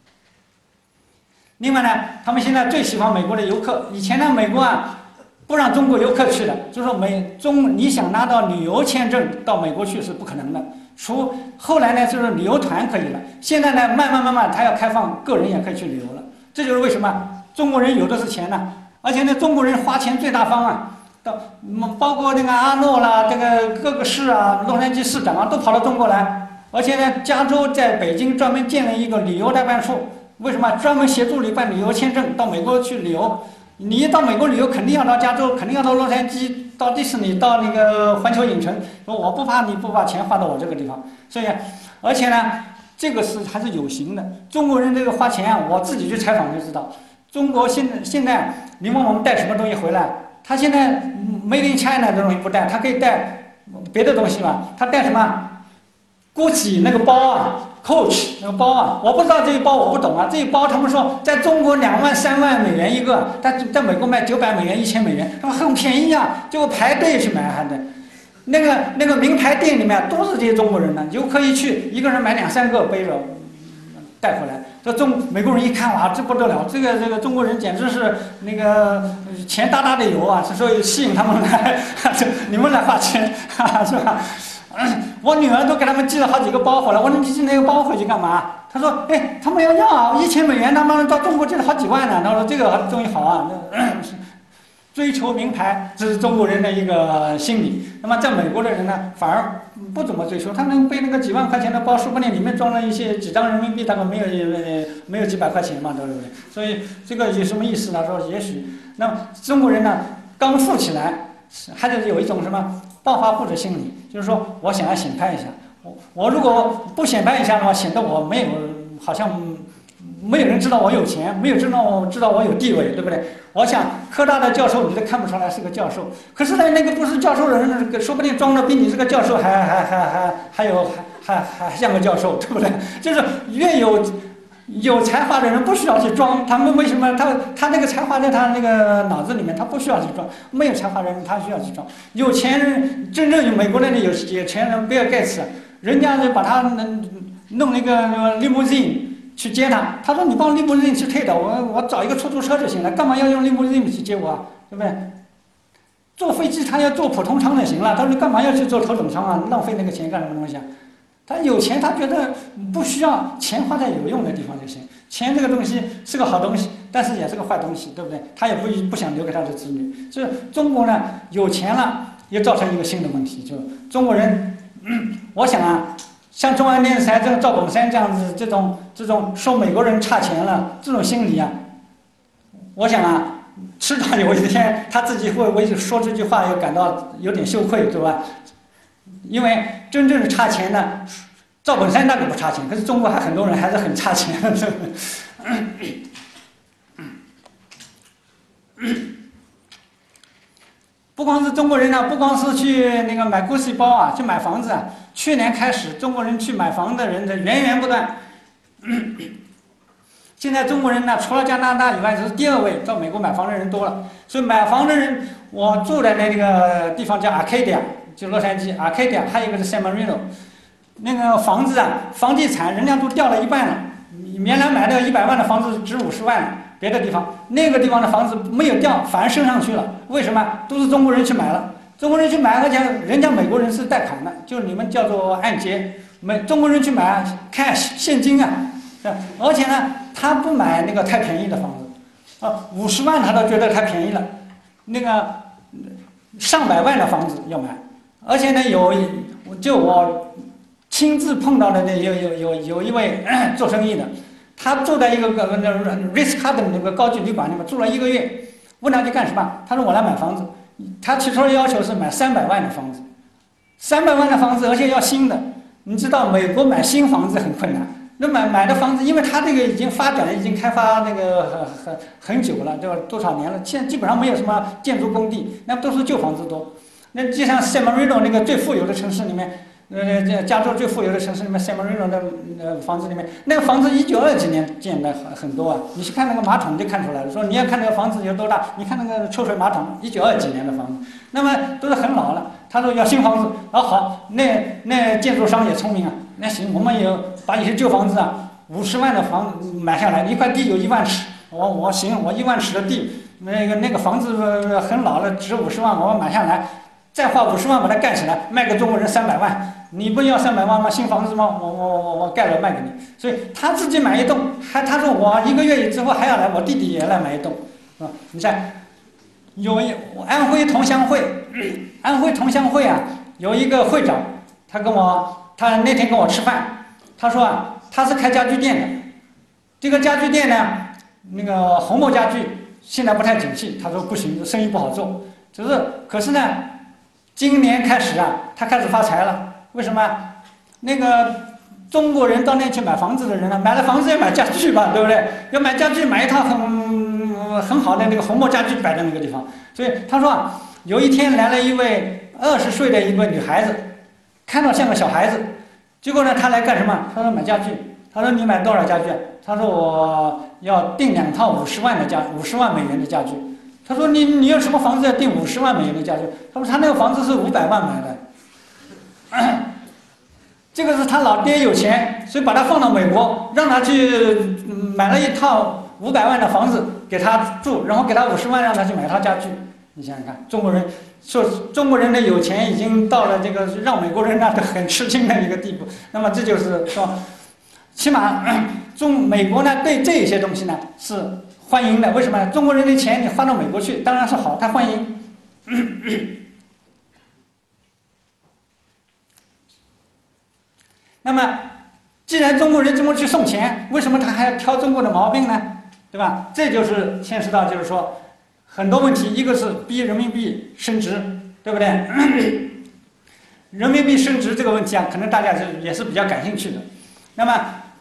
另外呢，他们现在最喜欢美国的游客。以前呢，美国啊不让中国游客去的，就是说你想拿到旅游签证到美国去是不可能的。后来呢，就是旅游团可以了。现在呢，慢慢，他要开放个人也可以去旅游了。这就是为什么中国人有的是钱呢，而且呢，中国人花钱最大方啊。包括那个阿诺啦，这个各个市啊，洛杉矶市长啊，都跑到中国来。而且呢，加州在北京专门建了一个旅游代办处，为什么？专门协助你办旅游签证，到美国去旅游。你一到美国旅游，肯定要到加州，肯定要到洛杉矶，到迪士尼，到那个环球影城。说我不怕你不把钱花到我这个地方，所以，而且呢，这个还是有形的。中国人这个花钱啊，我自己去采访就知道。中国现在，你问我们带什么东西回来，他现在 Made in China 的东西不带，他可以带别的东西嘛？他带什么？GUCCI 那个包啊 ，Coach 那个包啊，我不知道这一包，我不懂啊。这一包他们说在中国2万3万美元一个，但在美国卖900美元、1000美元，他们很便宜啊，结果排队去买还得。那个名牌店里面都是这些中国人呢，游客一去，一个人买2、3个背着带回来。这美国人一看哇，这不得了，这个中国人简直是那个钱大大的有啊，所以吸引他们来，你们来花钱，是吧？我女儿都给他们寄了好几个包回来，我说你寄那个包回去干嘛？她说，哎，他们要1000美元，他们到中国寄了好几万呢。她说这个东西好啊，追求名牌，这是中国人的一个心理。那么在美国的人呢，反而不怎么追求，他能背那个几万块钱的包，说不定里面装了几张人民币，大概没有几百块钱嘛，对不对？所以这个有什么意思呢？说也许，那么中国人呢，刚富起来，还得有一种什么暴发户的心理，就是说我想要显摆一下，我如果不显摆一下的话，显得我没有好像没有人知道我有钱，没有知道我有地位，对不对？我想科大的教授你都看不出来是个教授，可是呢，那个不是教授的人，说不定装的比你这个教授还像个教授，对不对？就是越有才华的人不需要去装，他们为什么他那个才华在他那个脑子里面，他不需要去装；没有才华的人他需要去装。有钱人，真正有美国人的有钱人，比尔盖茨，人家就把他弄一个 limousine 去接他，他说你帮 limousine 去退的，我找一个出租车就行了，干嘛要用 limousine 去接我啊？对不对？坐飞机他要坐普通舱就行了，他说你干嘛要去坐头等舱啊？浪费那个钱干什么东西啊？他有钱，他觉得不需要钱花在有用的地方就行。钱这个东西是个好东西，但是也是个坏东西，对不对？他也不想留给他的子女。所以中国呢，有钱了也造成一个新的问题，就中国人，我想啊，像中央电视台这个赵本山这样子，这种说美国人差钱了这种心理啊，我想啊，迟早有一天他自己会为说这句话又感到有点羞愧，对吧？因为真正差钱的，赵本山那个不差钱，可是中国还很多人还是很差钱的。不光是中国人呢，不光是去那个买 GUCCI 包啊，去买房子啊，去年开始中国人去买房的人的源源不断。现在中国人呢，除了加拿大以外，就是第2位到美国买房的人多了。所以买房的人，我住的那个地方叫 Arcadia， 就洛杉矶 Arcadia， 还有一个是 San Marino， 那个房子啊，房地产人家都掉了一半了。原来买的100万的房子值50万了，别的地方那个地方的房子没有掉，反而升上去了。为什么？都是中国人去买了。中国人去买，而且人家美国人是贷款的，就是你们叫做按揭，中国人去买 cash 现金啊。而且呢，他不买那个太便宜的房子，50万他都觉得太便宜了，那个上百万的房子要买，而且呢就我亲自碰到的有一位做生意的，他住在一个Ritz-Carlton 那个高级旅馆里面住了1个月，问他去干什么，他说我来买房子，他提出的要求是买300万的房子，300万的房子而且要新的，你知道美国买新房子很困难。那买的房子，因为它这个已经发展，已经开发那个很久了，对吧？多少年了？现在基本上没有什么建筑工地，那都是旧房子多。那就像 San Marino 那个最富有的城市里面，加州最富有的城市里面 San Marino 的房子里面，那个房子1920几年建的很多啊。你去看那个马桶就看出来了。说你要看那个房子有多大，你看那个抽水马桶，1920几年的房子，那么都是很老了。他说要新房子，好，那建筑商也聪明啊。那行，我们也把一些旧房子啊，50万的房买下来，一块地有1万尺，我行，我1万尺的地，那个房子很老了，值50万，我买下来，再花50万把它盖起来，卖给中国人300万，你不要300万吗？新房子吗？我盖了卖给你，所以他自己买一栋，他说我1个月之后还要来，我弟弟也来买一栋，啊，你看，安徽同乡会啊，有一个会长，他那天跟我吃饭，他说啊，他是开家具店的，这个家具店呢，那个红木家具现在不太景气，他说不行，生意不好做，可是呢，今年开始啊，他开始发财了，为什么？那个中国人到那去买房子的人呢，买了房子要买家具吧，对不对？要买家具，买一套很好的那个红木家具摆在那个地方，所以他说啊，有一天来了一位20岁的一个女孩子。看到像个小孩子，结果呢，他来干什么？他说买家具。他说你买多少家具？他说我要订2套50万美元的家具。他说你有什么房子要订50万美元的家具？他说他那个房子是500万买的。这个是他老爹有钱，所以把他放到美国，让他去买了一套500万的房子给他住，然后给他50万让他去买套家具。你想想看，中国人的有钱已经到了这个让美国人那都很吃惊的一个地步。那么这就是说，起码美国呢对这些东西呢是欢迎的。为什么？中国人的钱你花到美国去，当然是好，他欢迎。那么，既然中国人这么去送钱，为什么他还要挑中国的毛病呢？对吧？这就是牵涉到就是说。很多问题，一个是逼人民币升值，对不对？人民币升值这个问题啊，可能大家也是比较感兴趣的。那么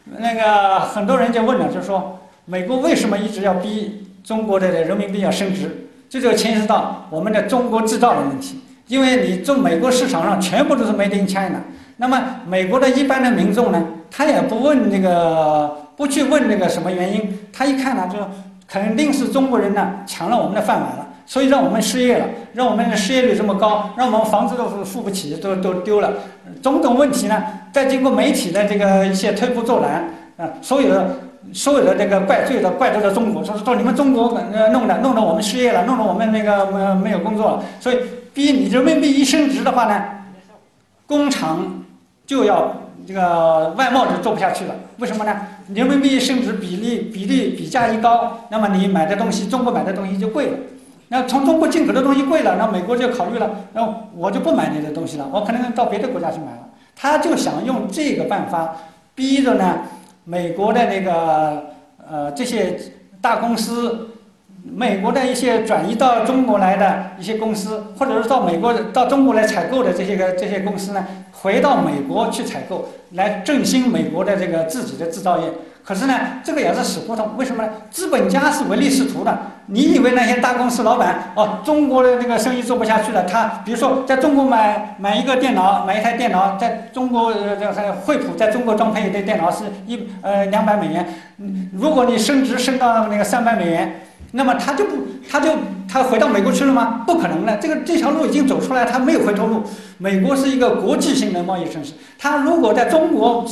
那个很多人就问了，就是说美国为什么一直要逼中国的人民币要升值？这就牵涉到我们的中国制造的问题。因为你美国市场上全部都是 Made in China， 那么美国的一般的民众呢，他也不去问那个什么原因，他一看呢，就肯定是中国人呢抢了我们的饭碗了，所以让我们失业了，让我们的失业率这么高，让我们房子都付不起，都丢了，种种问题呢，再经过媒体的这个一些推波助澜所有的这个怪罪到中国，说你们中国弄得我们失业了，弄得我们没有工作了，所以逼你人民币一升值的话呢，工厂就要这个外贸就做不下去了。为什么呢？人民币升值比价一高，那么你买的东西，中国买的东西就贵了。那从中国进口的东西贵了，那美国就考虑了，那我就不买你的东西了，我可能到别的国家去买了。他就想用这个办法逼着呢美国的那个这些大公司。美国的一些转移到中国来的一些公司，或者是到中国来采购的这些公司呢，回到美国去采购，来振兴美国的自己的制造业。可是呢，这个也是死胡同。为什么呢？资本家是唯利是图的。你以为那些大公司老板中国的生意做不下去了，他比如说在中国买一台电脑，在中国惠普在中国装配一台电脑是200美元，如果你升到300美元。那么他回到美国去了吗？不可能的，这条路已经走出来，他没有回头路。美国是一个国际性的贸易城市，他如果在中国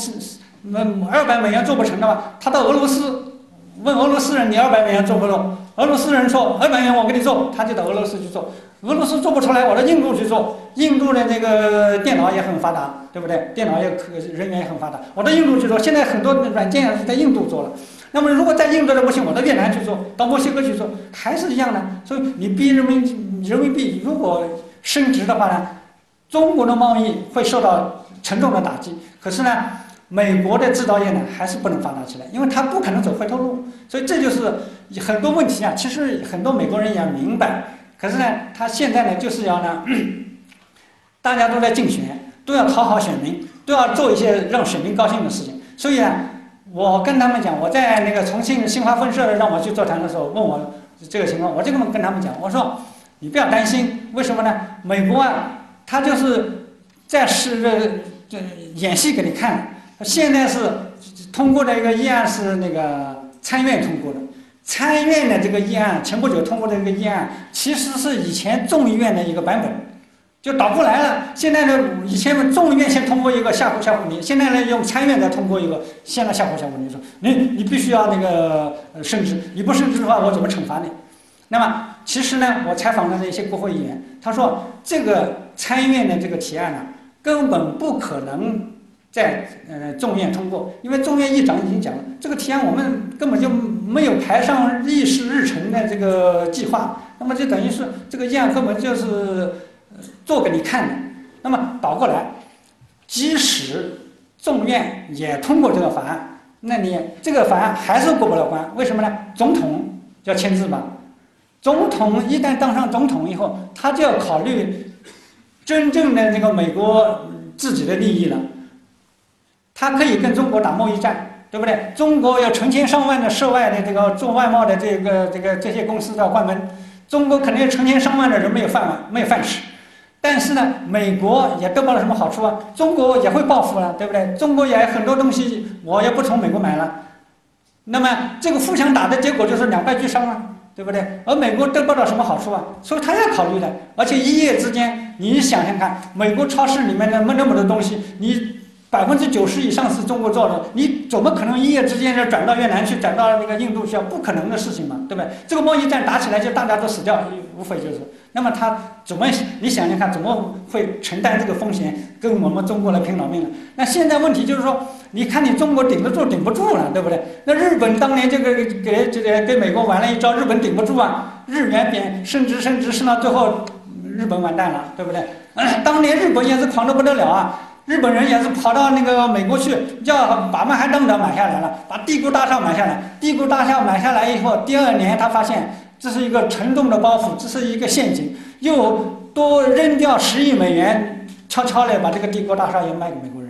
200美元做不成的话，他到俄罗斯问俄罗斯人你200美元做不做？俄罗斯人说200美元我给你做，他就到俄罗斯去做。俄罗斯做不出来，我到印度去做。印度的电脑也很发达，对不对？电脑人员也很发达，我到印度去做。现在很多软件是在印度做了。那么如果在印度的不行，我到越南去做，到墨西哥去做，还是一样的。所以你逼人民币如果升值的话呢，中国的贸易会受到沉重的打击。可是呢，美国的制造业呢还是不能发达起来，因为它不可能走回头路。所以这就是很多问题啊。其实很多美国人也明白，可是呢，他现在呢就是要呢，大家都在竞选，都要讨好选民，都要做一些让选民高兴的事情。所以呢。我跟他们讲，我在重庆新华分社让我去座谈的时候，问我这个情况，我就跟他们讲，我说你不要担心，为什么呢？美国他就是在演戏给你看。现在是通过的一个议案是参院通过的，参院的这个议案，前不久通过的这个议案，其实是以前众议院的一个版本。就倒过来了。现在呢，以前众议院先通过一个吓唬你，现在呢用参院再通过一个，现在吓唬你说你必须要升值，你不升值的话，我怎么惩罚你？那么其实呢，我采访了一些国会议员，他说这个参院的这个提案呢，根本不可能在众院通过，因为众院议长已经讲了，这个提案我们根本就没有排上议事日程的这个计划，那么就等于是这个议案根本就是做给你看的。那么倒过来，即使众院也通过这个法案，那你这个法案还是过不了关，为什么呢？总统要签字嘛。总统一旦当上总统以后，他就要考虑真正的美国自己的利益了。他可以跟中国打贸易战，对不对？中国有成千上万的涉外的做外贸的这些公司要关门，中国肯定有成千上万的人没有饭吃。但是呢，美国也得不到什么好处啊，中国也会报复了，对不对？中国也很多东西我也不从美国买了，那么这个互相打的结果就是两败俱伤啊，对不对？而美国得不到什么好处啊，所以他要考虑的。而且一夜之间，你想想看，美国超市里面那么多东西，你90%以上是中国做的，你怎么可能一夜之间就转到越南去，转到印度去？不可能的事情嘛，对不对？这个贸易战打起来就大家都死掉，无非就是。那么他你想想看，怎么会承担这个风险，跟我们中国来拼老命呢？那现在问题就是说，你看你中国顶得住顶不住了，对不对？那日本当年给美国玩了一招，日本顶不住啊，日元升值升到最后，日本完蛋了，对不对？当年日本也是狂得不得了啊。日本人也是跑到美国去，要把曼哈顿岛买下来了，把帝国大厦买下来。帝国大厦买下来以后，第2年他发现这是一个沉重的包袱，这是一个陷阱，又多扔掉10亿美元，悄悄地把这个帝国大厦也卖给美国人了，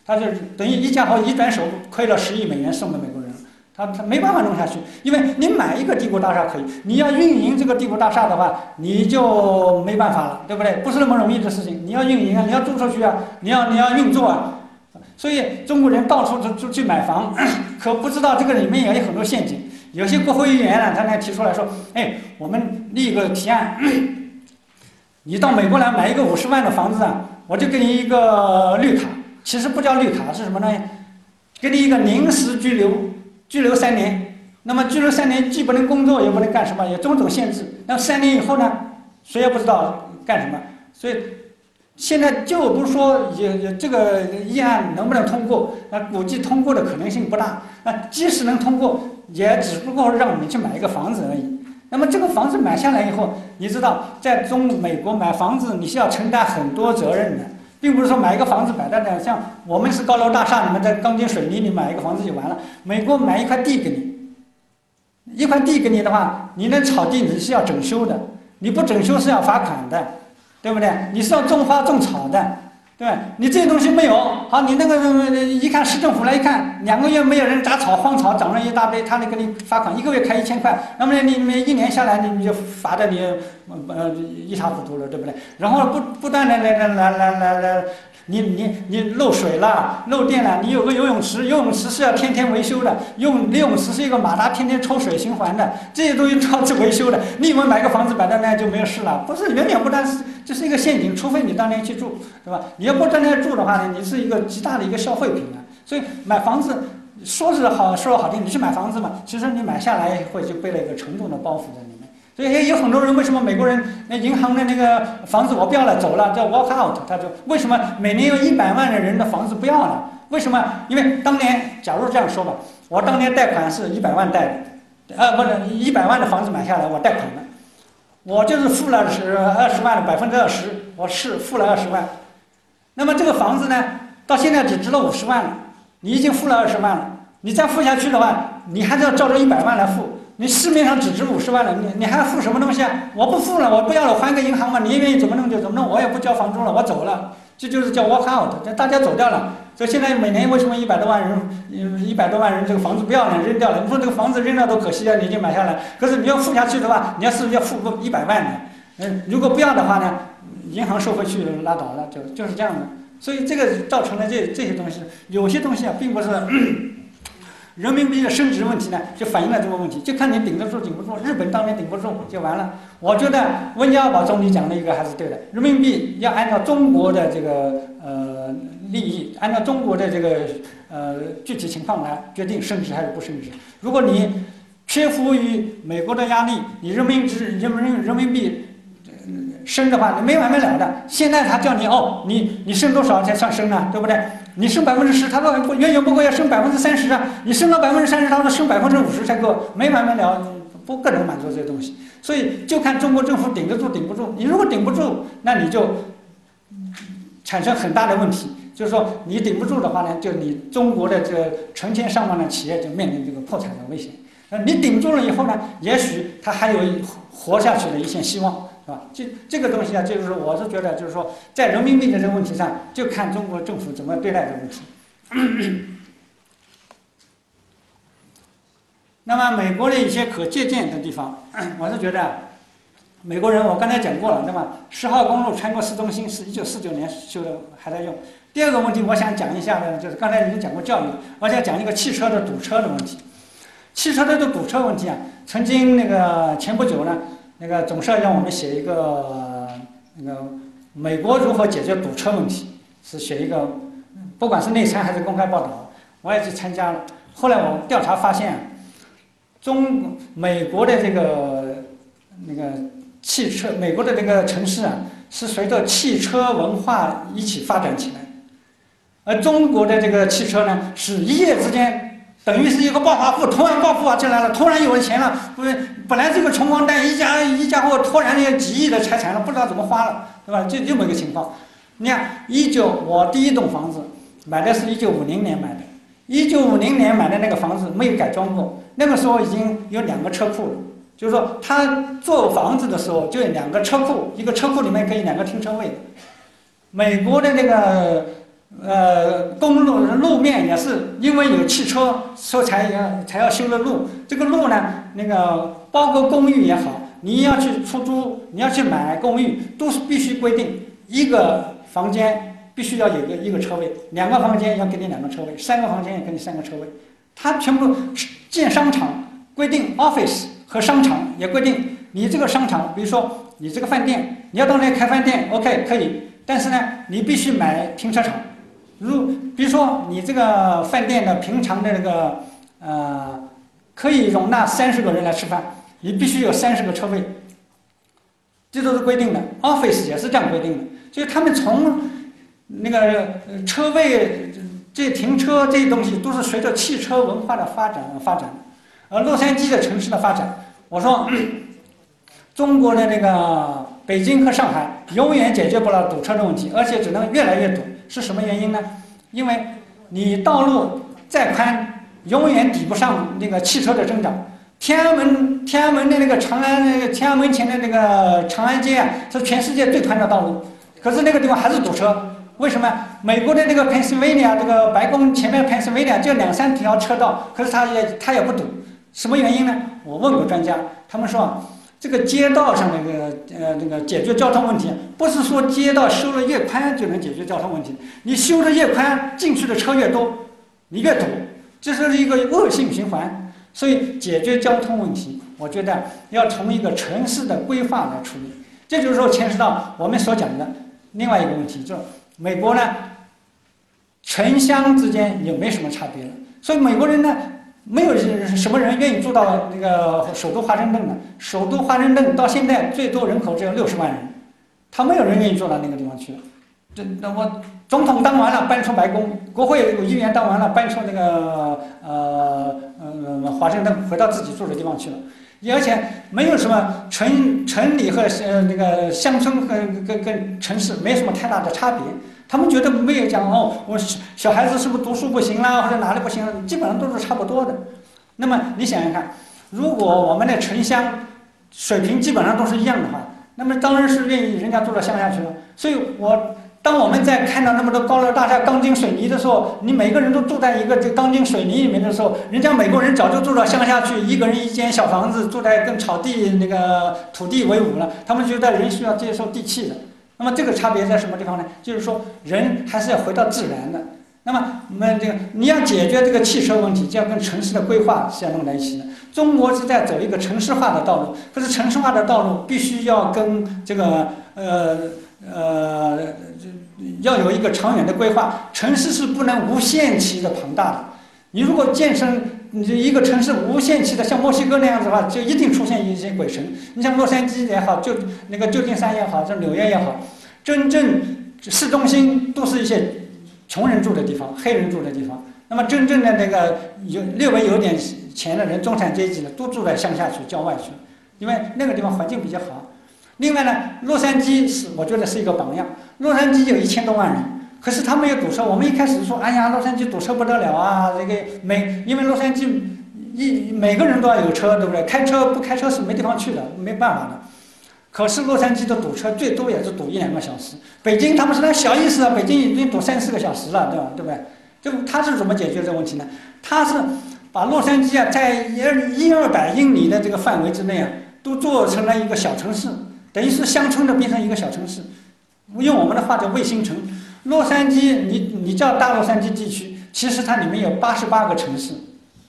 他就等于一家伙一转手亏了10亿美元送给美国人，他没办法弄下去，因为你买一个帝国大厦可以，你要运营这个帝国大厦的话，你就没办法了，对不对？不是那么容易的事情，你要运营啊，你要租出去啊，你要运作啊。所以中国人到处去买房，可不知道这个里面也有很多陷阱。有些国会议员呢，他呢提出来说，哎，我们立一个提案，你到美国来买一个50万的房子啊，我就给你一个绿卡，其实不叫绿卡，是什么呢？给你一个临时居留3年。那么居留3年，既不能工作，也不能干什么，有种种限制。那3年以后呢，谁也不知道干什么。所以现在就不是说这个议案能不能通过，那估计通过的可能性不大。那即使能通过，也只不过让你去买一个房子而已。那么这个房子买下来以后，你知道，在美国买房子你是要承担很多责任的，并不是说买一个房子摆在那，像我们是高楼大厦，你们在钢筋水泥里买一个房子就完了。美国买一块地给你，一块地给你的话，你那草地你是要整修的，你不整修是要罚款的，对不对？你是要种花种草的，对吧？你这些东西没有，好，你那个一看市政府来一看，2个月没有人杂草，荒草长了一大堆，他给你罚款，1个月开1000块，那么你1年下来你就罚的你一塌糊涂了，对不对？然后不断的来，你漏水了，漏电了，你有个游泳池是要天天维修的，游泳池是一个马达天天抽水循环的，这些东西都要去维修的。你以为买个房子摆在那就没有事了？不是，远远不单是，这是一个陷阱，除非你当年去住，对吧？你要不当年住的话呢，你是一个极大的一个消费品啊。所以买房子说好听，你去买房子嘛，其实你买下来会就背了一个沉重的包袱在里面。所以也有很多人，为什么美国人那银行的那个房子我不要了，走了，叫 walk out， 他就为什么每年有100万的人的房子不要了？为什么？因为当年，假如这样说吧，我当年贷款是100万贷的，不是100万的房子买下来，我贷款了，我就是付了20万的20%，我是付了20万。那么这个房子呢，到现在只值了50万了，你已经付了20万了，你再付下去的话，你还是要照着100万来付。你市面上只值50万了，你还要付什么东西啊？我不付了，我不要了，还给银行嘛，你愿意怎么弄就怎么弄，我也不交房租了，我走了，这就是叫 walk out， 大家走掉了。所以现在每年为什么100多万人这个房子不要了，扔掉了？你说这个房子扔了多可惜啊，你已经买下来，可是你要付下去的话，你是不是要付100万的？如果不要的话呢，银行收回去拉倒了，就是这样的。所以这个造成了这些东西，有些东西啊，并不是。人民币的升值问题呢，就反映了这个问题，就看你顶得住顶不住。日本当年顶不住就完了。我觉得温家宝总理讲的一个还是对的，人民币要按照中国的这个利益，按照中国的这个具体情况来决定升值还是不升值。如果你屈服于美国的压力，你人民币升的话，你没完没了的。现在他叫你升多少才算升呢？对不对？你升10%，他说远远不够，要升30%啊！你升到30%，他说升50%才够，没完没了，不可能满足这些东西。所以就看中国政府顶得住顶不住。你如果顶不住，那你就产生很大的问题。就是说你顶不住的话呢，就你中国的这成千上万的企业就面临这个破产的危险。你顶住了以后呢，也许它还有活下去的一线希望。是吧？这个东西啊，就是我是觉得，就是说，在人民币的这个问题上，就看中国政府怎么对待这个问题。那么，美国的一些可借鉴的地方，我是觉得，美国人我刚才讲过了，那么10号公路穿过市中心是1949年修的，还在用。第二个问题，我想讲一下呢，就是刚才已经讲过教育，我想讲一个汽车的堵车的问题。汽车的堵车问题啊，曾经那个前不久呢。那个总社让我们写一个美国如何解决堵车问题，是写一个，不管是内参还是公开报道，我也去参加了。后来我调查发现，美国的这个汽车，美国的这个城市啊，是随着汽车文化一起发展起来，而中国的这个汽车呢，是一夜之间。等于是一个暴发户，突然暴发起来了，突然有了钱了，不是本来这个穷光蛋一家伙突然有几亿的财产了，不知道怎么花了，对吧？就这么一个情况。你看，我第一栋房子买的是1950年买的，1950年买的那个房子没有改装过，那个时候已经有2个车库了，就是说他做房子的时候就有2个车库，一个车库里面可以2个停车位。美国的那个公路面也是因为有汽车，所以才要修的路。这个路呢，那个包括公寓也好，你要去出租，你要去买公寓，都是必须规定一个房间必须要有一个车位，2个房间要给你2个车位，3个房间也给你3个车位。它全部建商场规定 office 和商场也规定，你这个商场，比如说你这个饭店，你要到那里开饭店 ，OK 可以，但是呢，你必须买停车场。比如说你这个饭店的平常的这个可以容纳30个人来吃饭，你必须有30个车位，这都是规定的。office 也是这样规定的，所以他们从那个车位、这停车这些东西都是随着汽车文化的发展。而洛杉矶的城市的发展，我说中国的那个北京和上海永远解决不了堵车的问题，而且只能越来越堵。是什么原因呢？因为你道路再宽，永远抵不上那个汽车的增长。天安门的那个天安门前的那个长安街啊，是全世界最宽的道路，可是那个地方还是堵车。为什么？美国的那个 Pennsylvania 这个白宫前面 Pennsylvania 就2-3条车道，可是它也不堵。什么原因呢？我问过专家，他们说这个街道上那个解决交通问题，不是说街道修得越宽就能解决交通问题，你修得越宽，进去的车越多，你越堵，这是一个恶性循环。所以解决交通问题，我觉得要从一个城市的规划来处理。这就是说牵涉到我们所讲的另外一个问题，就是美国呢，城乡之间也没什么差别了。所以美国人呢，没有什么人愿意住到那个首都华盛顿的。首都华盛顿到现在最多人口只有60万人，他没有人愿意住到那个地方去了。我总统当完了搬出白宫，国会有议员当完了搬出那个华盛顿，回到自己住的地方去了。而且没有什么城里和那个乡村跟城市没什么太大的差别。他们觉得没有讲我小孩子是不是读书不行啦，或者哪里不行，基本上都是差不多的。那么你想想看，如果我们的城乡水平基本上都是一样的话，那么当然是愿意人家住到乡下去了。所以当我们在看到那么多高楼大厦、钢筋水泥的时候，你每个人都住在一个这钢筋水泥里面的时候，人家美国人早就住到乡下去，一个人一间小房子，住在跟草地那个土地为伍了。他们觉得人需要接受地气的。那么这个差别在什么地方呢？就是说人还是要回到自然的。那么我们这个你要解决这个汽车问题，就要跟城市的规划是要弄在一起的。中国是在走一个城市化的道路，可是城市化的道路必须要跟这个要有一个长远的规划。城市是不能无限期的庞大的。你如果建成你一个城市无限期的像墨西哥那样子的话，就一定出现一些鬼城。你像洛杉矶也好，那个旧金山也好，这纽约也好，真正市中心都是一些穷人住的地方，黑人住的地方。那么真正的那个略微有点钱的人，中产阶级的，都住在乡下去、郊外去，因为那个地方环境比较好。另外呢，洛杉矶我觉得是一个榜样。洛杉矶有1000多万人，可是他没有堵车。我们一开始说，哎呀，洛杉矶堵车不得了啊！因为洛杉矶每个人都要有车，对不对？不开车是没地方去的，没办法的。可是洛杉矶的堵车最多也是堵1-2个小时。北京他们是那小意思啊，北京已经堵3-4个小时了，对不对？他是怎么解决这个问题呢？他是把洛杉矶啊，在100-200英里的这个范围之内啊，都做成了一个小城市，等于是乡村的变成一个小城市。用我们的话叫卫星城。洛杉矶，你叫大洛杉矶地区，其实它里面有88个城市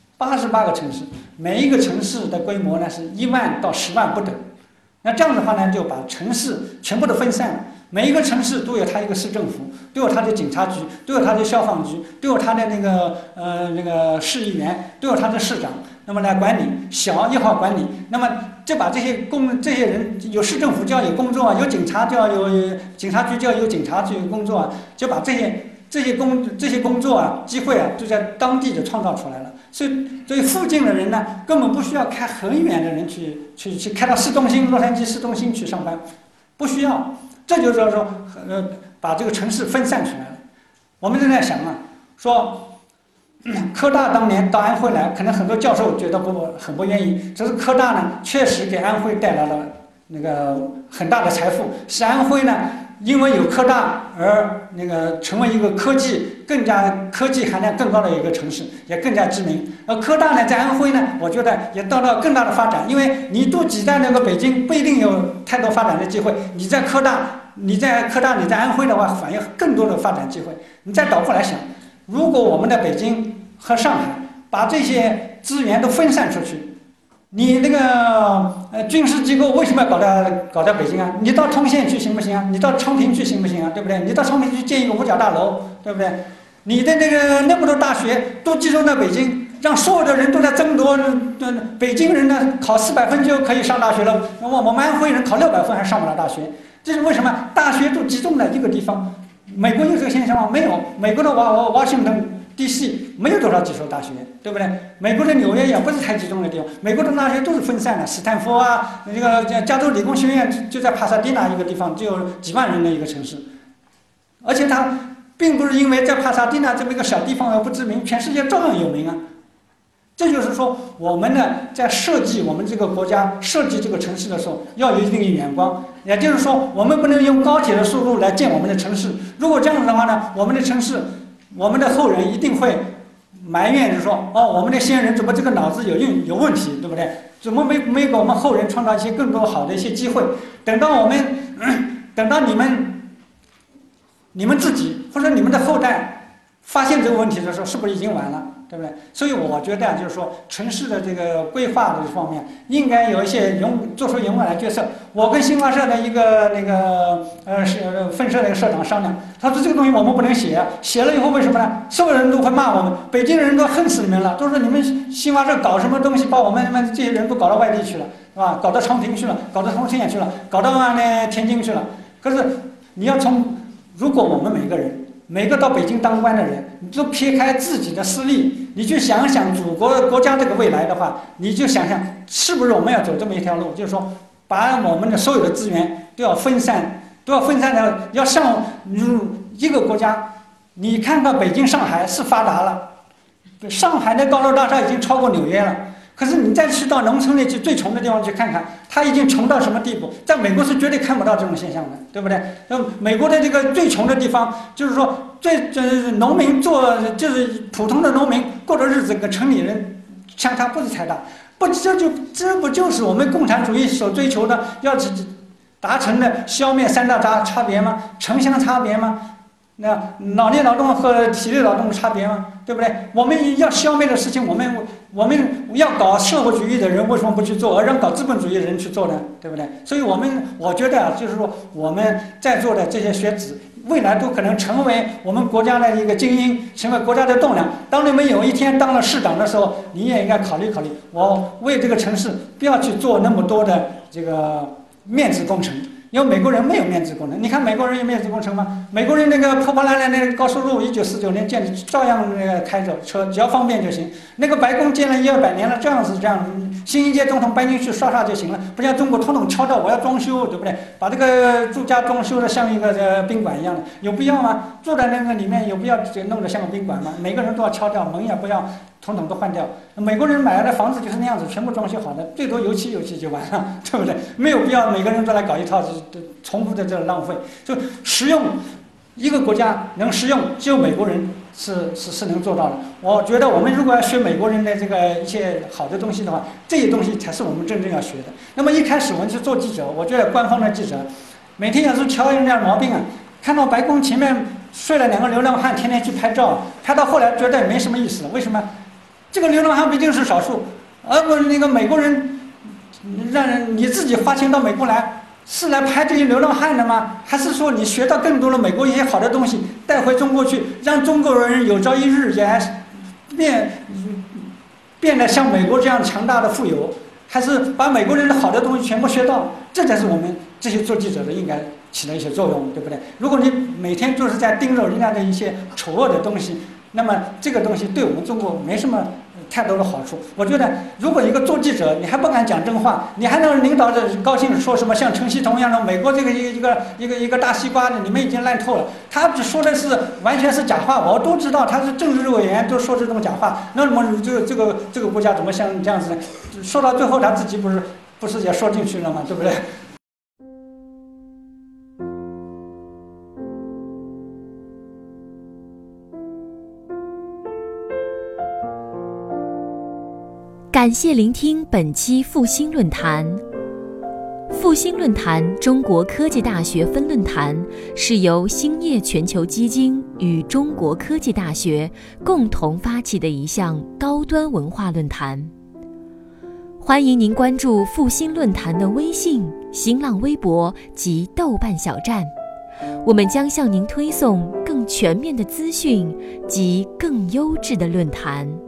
，88个城市，每一个城市的规模呢是1万到10万不等。那这样的话呢，就把城市全部都分散了。每一个城市都有它一个市政府，都有它的警察局，都有它的消防局，都有它的那个市议员，都有它的市长，那么来管理小1号管理。那么就把这些人，有市政府就要有工作啊，有警察就要有警察局，就要有警察局工作啊，就把这些工作啊机会啊，就在当地就创造出来了。所以附近的人呢，根本不需要开很远的人去开到市中心，洛杉矶市中心去上班，不需要。这就是说把这个城市分散出来了。我们正在想啊，说科大当年到安徽来，可能很多教授觉得很不愿意。只是科大呢，确实给安徽带来了那个很大的财富，使安徽呢因为有科大而成为一个科技含量更高的一个城市，也更加知名。而科大呢，在安徽呢，我觉得也得到更大的发展，因为你都挤在北京，不一定有太多发展的机会。你在科大，你在安徽的话，反映更多的发展机会。你再倒过来想，如果我们的北京和上海把这些资源都分散出去，你军事机构为什么要搞到北京啊？你到通县去行不行啊？你到昌平去行不行啊？对不对？你到昌平去建一个五角大楼，对不对？你的那么多大学都集中在北京，让所有的人都在争夺。北京人呢考400分就可以上大学了，我们安徽人考600分还上不了大学，这是为什么？大学都集中在一个地方。美国有这个现象吗？没有，美国的华盛顿DC 没有多少几所大学，对不对？美国的纽约也不是太集中的地方，美国的大学都是分散的，斯坦福啊，加州理工学院就在帕萨迪纳一个地方，只有几万人的一个城市，而且它并不是因为在帕萨迪纳这么一个小地方而不知名，全世界照样有名啊。这就是说，我们呢在设计我们这个国家、设计这个城市的时候，要有一定的眼光。也就是说，我们不能用高铁的速度来建我们的城市。如果这样子的话呢，我们的城市，我们的后人一定会埋怨，就是说，我们的先人怎么这个脑子有问题，对不对？怎么没给我们后人创造一些更多好的一些机会？等到你们自己或者你们的后代发现这个问题的时候，是不是已经晚了？对不对？所以我觉得就是说，城市的这个规划的这方面，应该有一些做出勇敢的决策。我跟新华社的一个分社的一个社长商量，他说这个东西我们不能写，写了以后为什么呢？所有人都会骂我们，北京人都恨死你们了，都说你们新华社搞什么东西，把我们这些人都搞到外地去了，是吧？搞到昌平去了，搞到通县去了，搞到天津去了。可是你要如果我们每个到北京当官的人，你都撇开自己的私利，你去想想祖国家这个未来的话，你就想想是不是我们要走这么一条路，就是说把我们的所有的资源都要分散的，要上一个国家。你看到北京、上海是发达了，上海的高楼大厦已经超过纽约了。可是你再去到农村里去最穷的地方去看看，它已经穷到什么地步？在美国是绝对看不到这种现象的，对不对？美国的这个最穷的地方，就是说农民就是普通的农民过的日子跟城里人相差不是太大。这不就是我们共产主义所追求的要达成的消灭3大差别吗？城乡差别吗？那脑力劳动和体力劳动的差别吗？对不对？我们要消灭的事情，我们要搞社会主义的人为什么不去做，而让搞资本主义的人去做呢？对不对？所以我觉得就是说，我们在座的这些学子，未来都可能成为我们国家的一个精英，成为国家的栋梁。当你们有一天当了市长的时候，你也应该考虑考虑，我为这个城市不要去做那么多的这个面子工程。因为美国人没有面子工程，你看美国人有面子工程吗？美国人那个破破烂烂的高速路，1949年建的，照样开着车，只要方便就行。那个白宫建了100-200年了，这样，新一届总统搬进去刷就行了，不像中国统统敲掉，我要装修，对不对？把这个住家装修的像一个宾馆一样的，有必要吗？住在那个里面有必要弄得像个宾馆吗？每个人都要敲掉，门也不要，统统都换掉。美国人买来的房子就是那样子，全部装修好的，最多油漆就完了，对不对？没有必要每个人都来搞一套重复的这种浪费。就实用，一个国家能实用，只有美国人是能做到的。我觉得我们如果要学美国人的这个一些好的东西的话，这些东西才是我们真正要学的。那么一开始我们去做记者，我觉得官方的记者每天要是瞧人家毛病啊，看到白宫前面睡了2个流浪汉，天天去拍照，拍到后来觉得没什么意思了。为什么？这个流浪汉毕竟是少数，而不那个美国人让你自己花钱到美国来，是来拍这些流浪汉的吗？还是说你学到更多的美国一些好的东西带回中国去，让中国人有朝一日也变得像美国这样强大的富有？还是把美国人的好的东西全部学到？这才是我们这些做记者的应该起的一些作用，对不对？如果你每天就是在盯着人家的一些丑恶的东西，那么这个东西对我们中国没什么太多的好处。我觉得，如果一个做记者，你还不敢讲真话，你还让领导者高兴说什么像陈锡同一样的美国这个一个大西瓜的，你们已经烂透了。他说的是完全是假话，我都知道他是政治委员，都说这种假话。那么这个国家怎么像这样子呢？说到最后他自己不是也说进去了吗？对不对？ 感谢聆听本期复兴论坛。复兴论坛中国科技大学分论坛是由兴业全球基金与中国科技大学共同发起的一项高端文化论坛。欢迎您关注复兴论坛的微信、新浪微博及豆瓣小站，我们将向您推送更全面的资讯及更优质的论坛。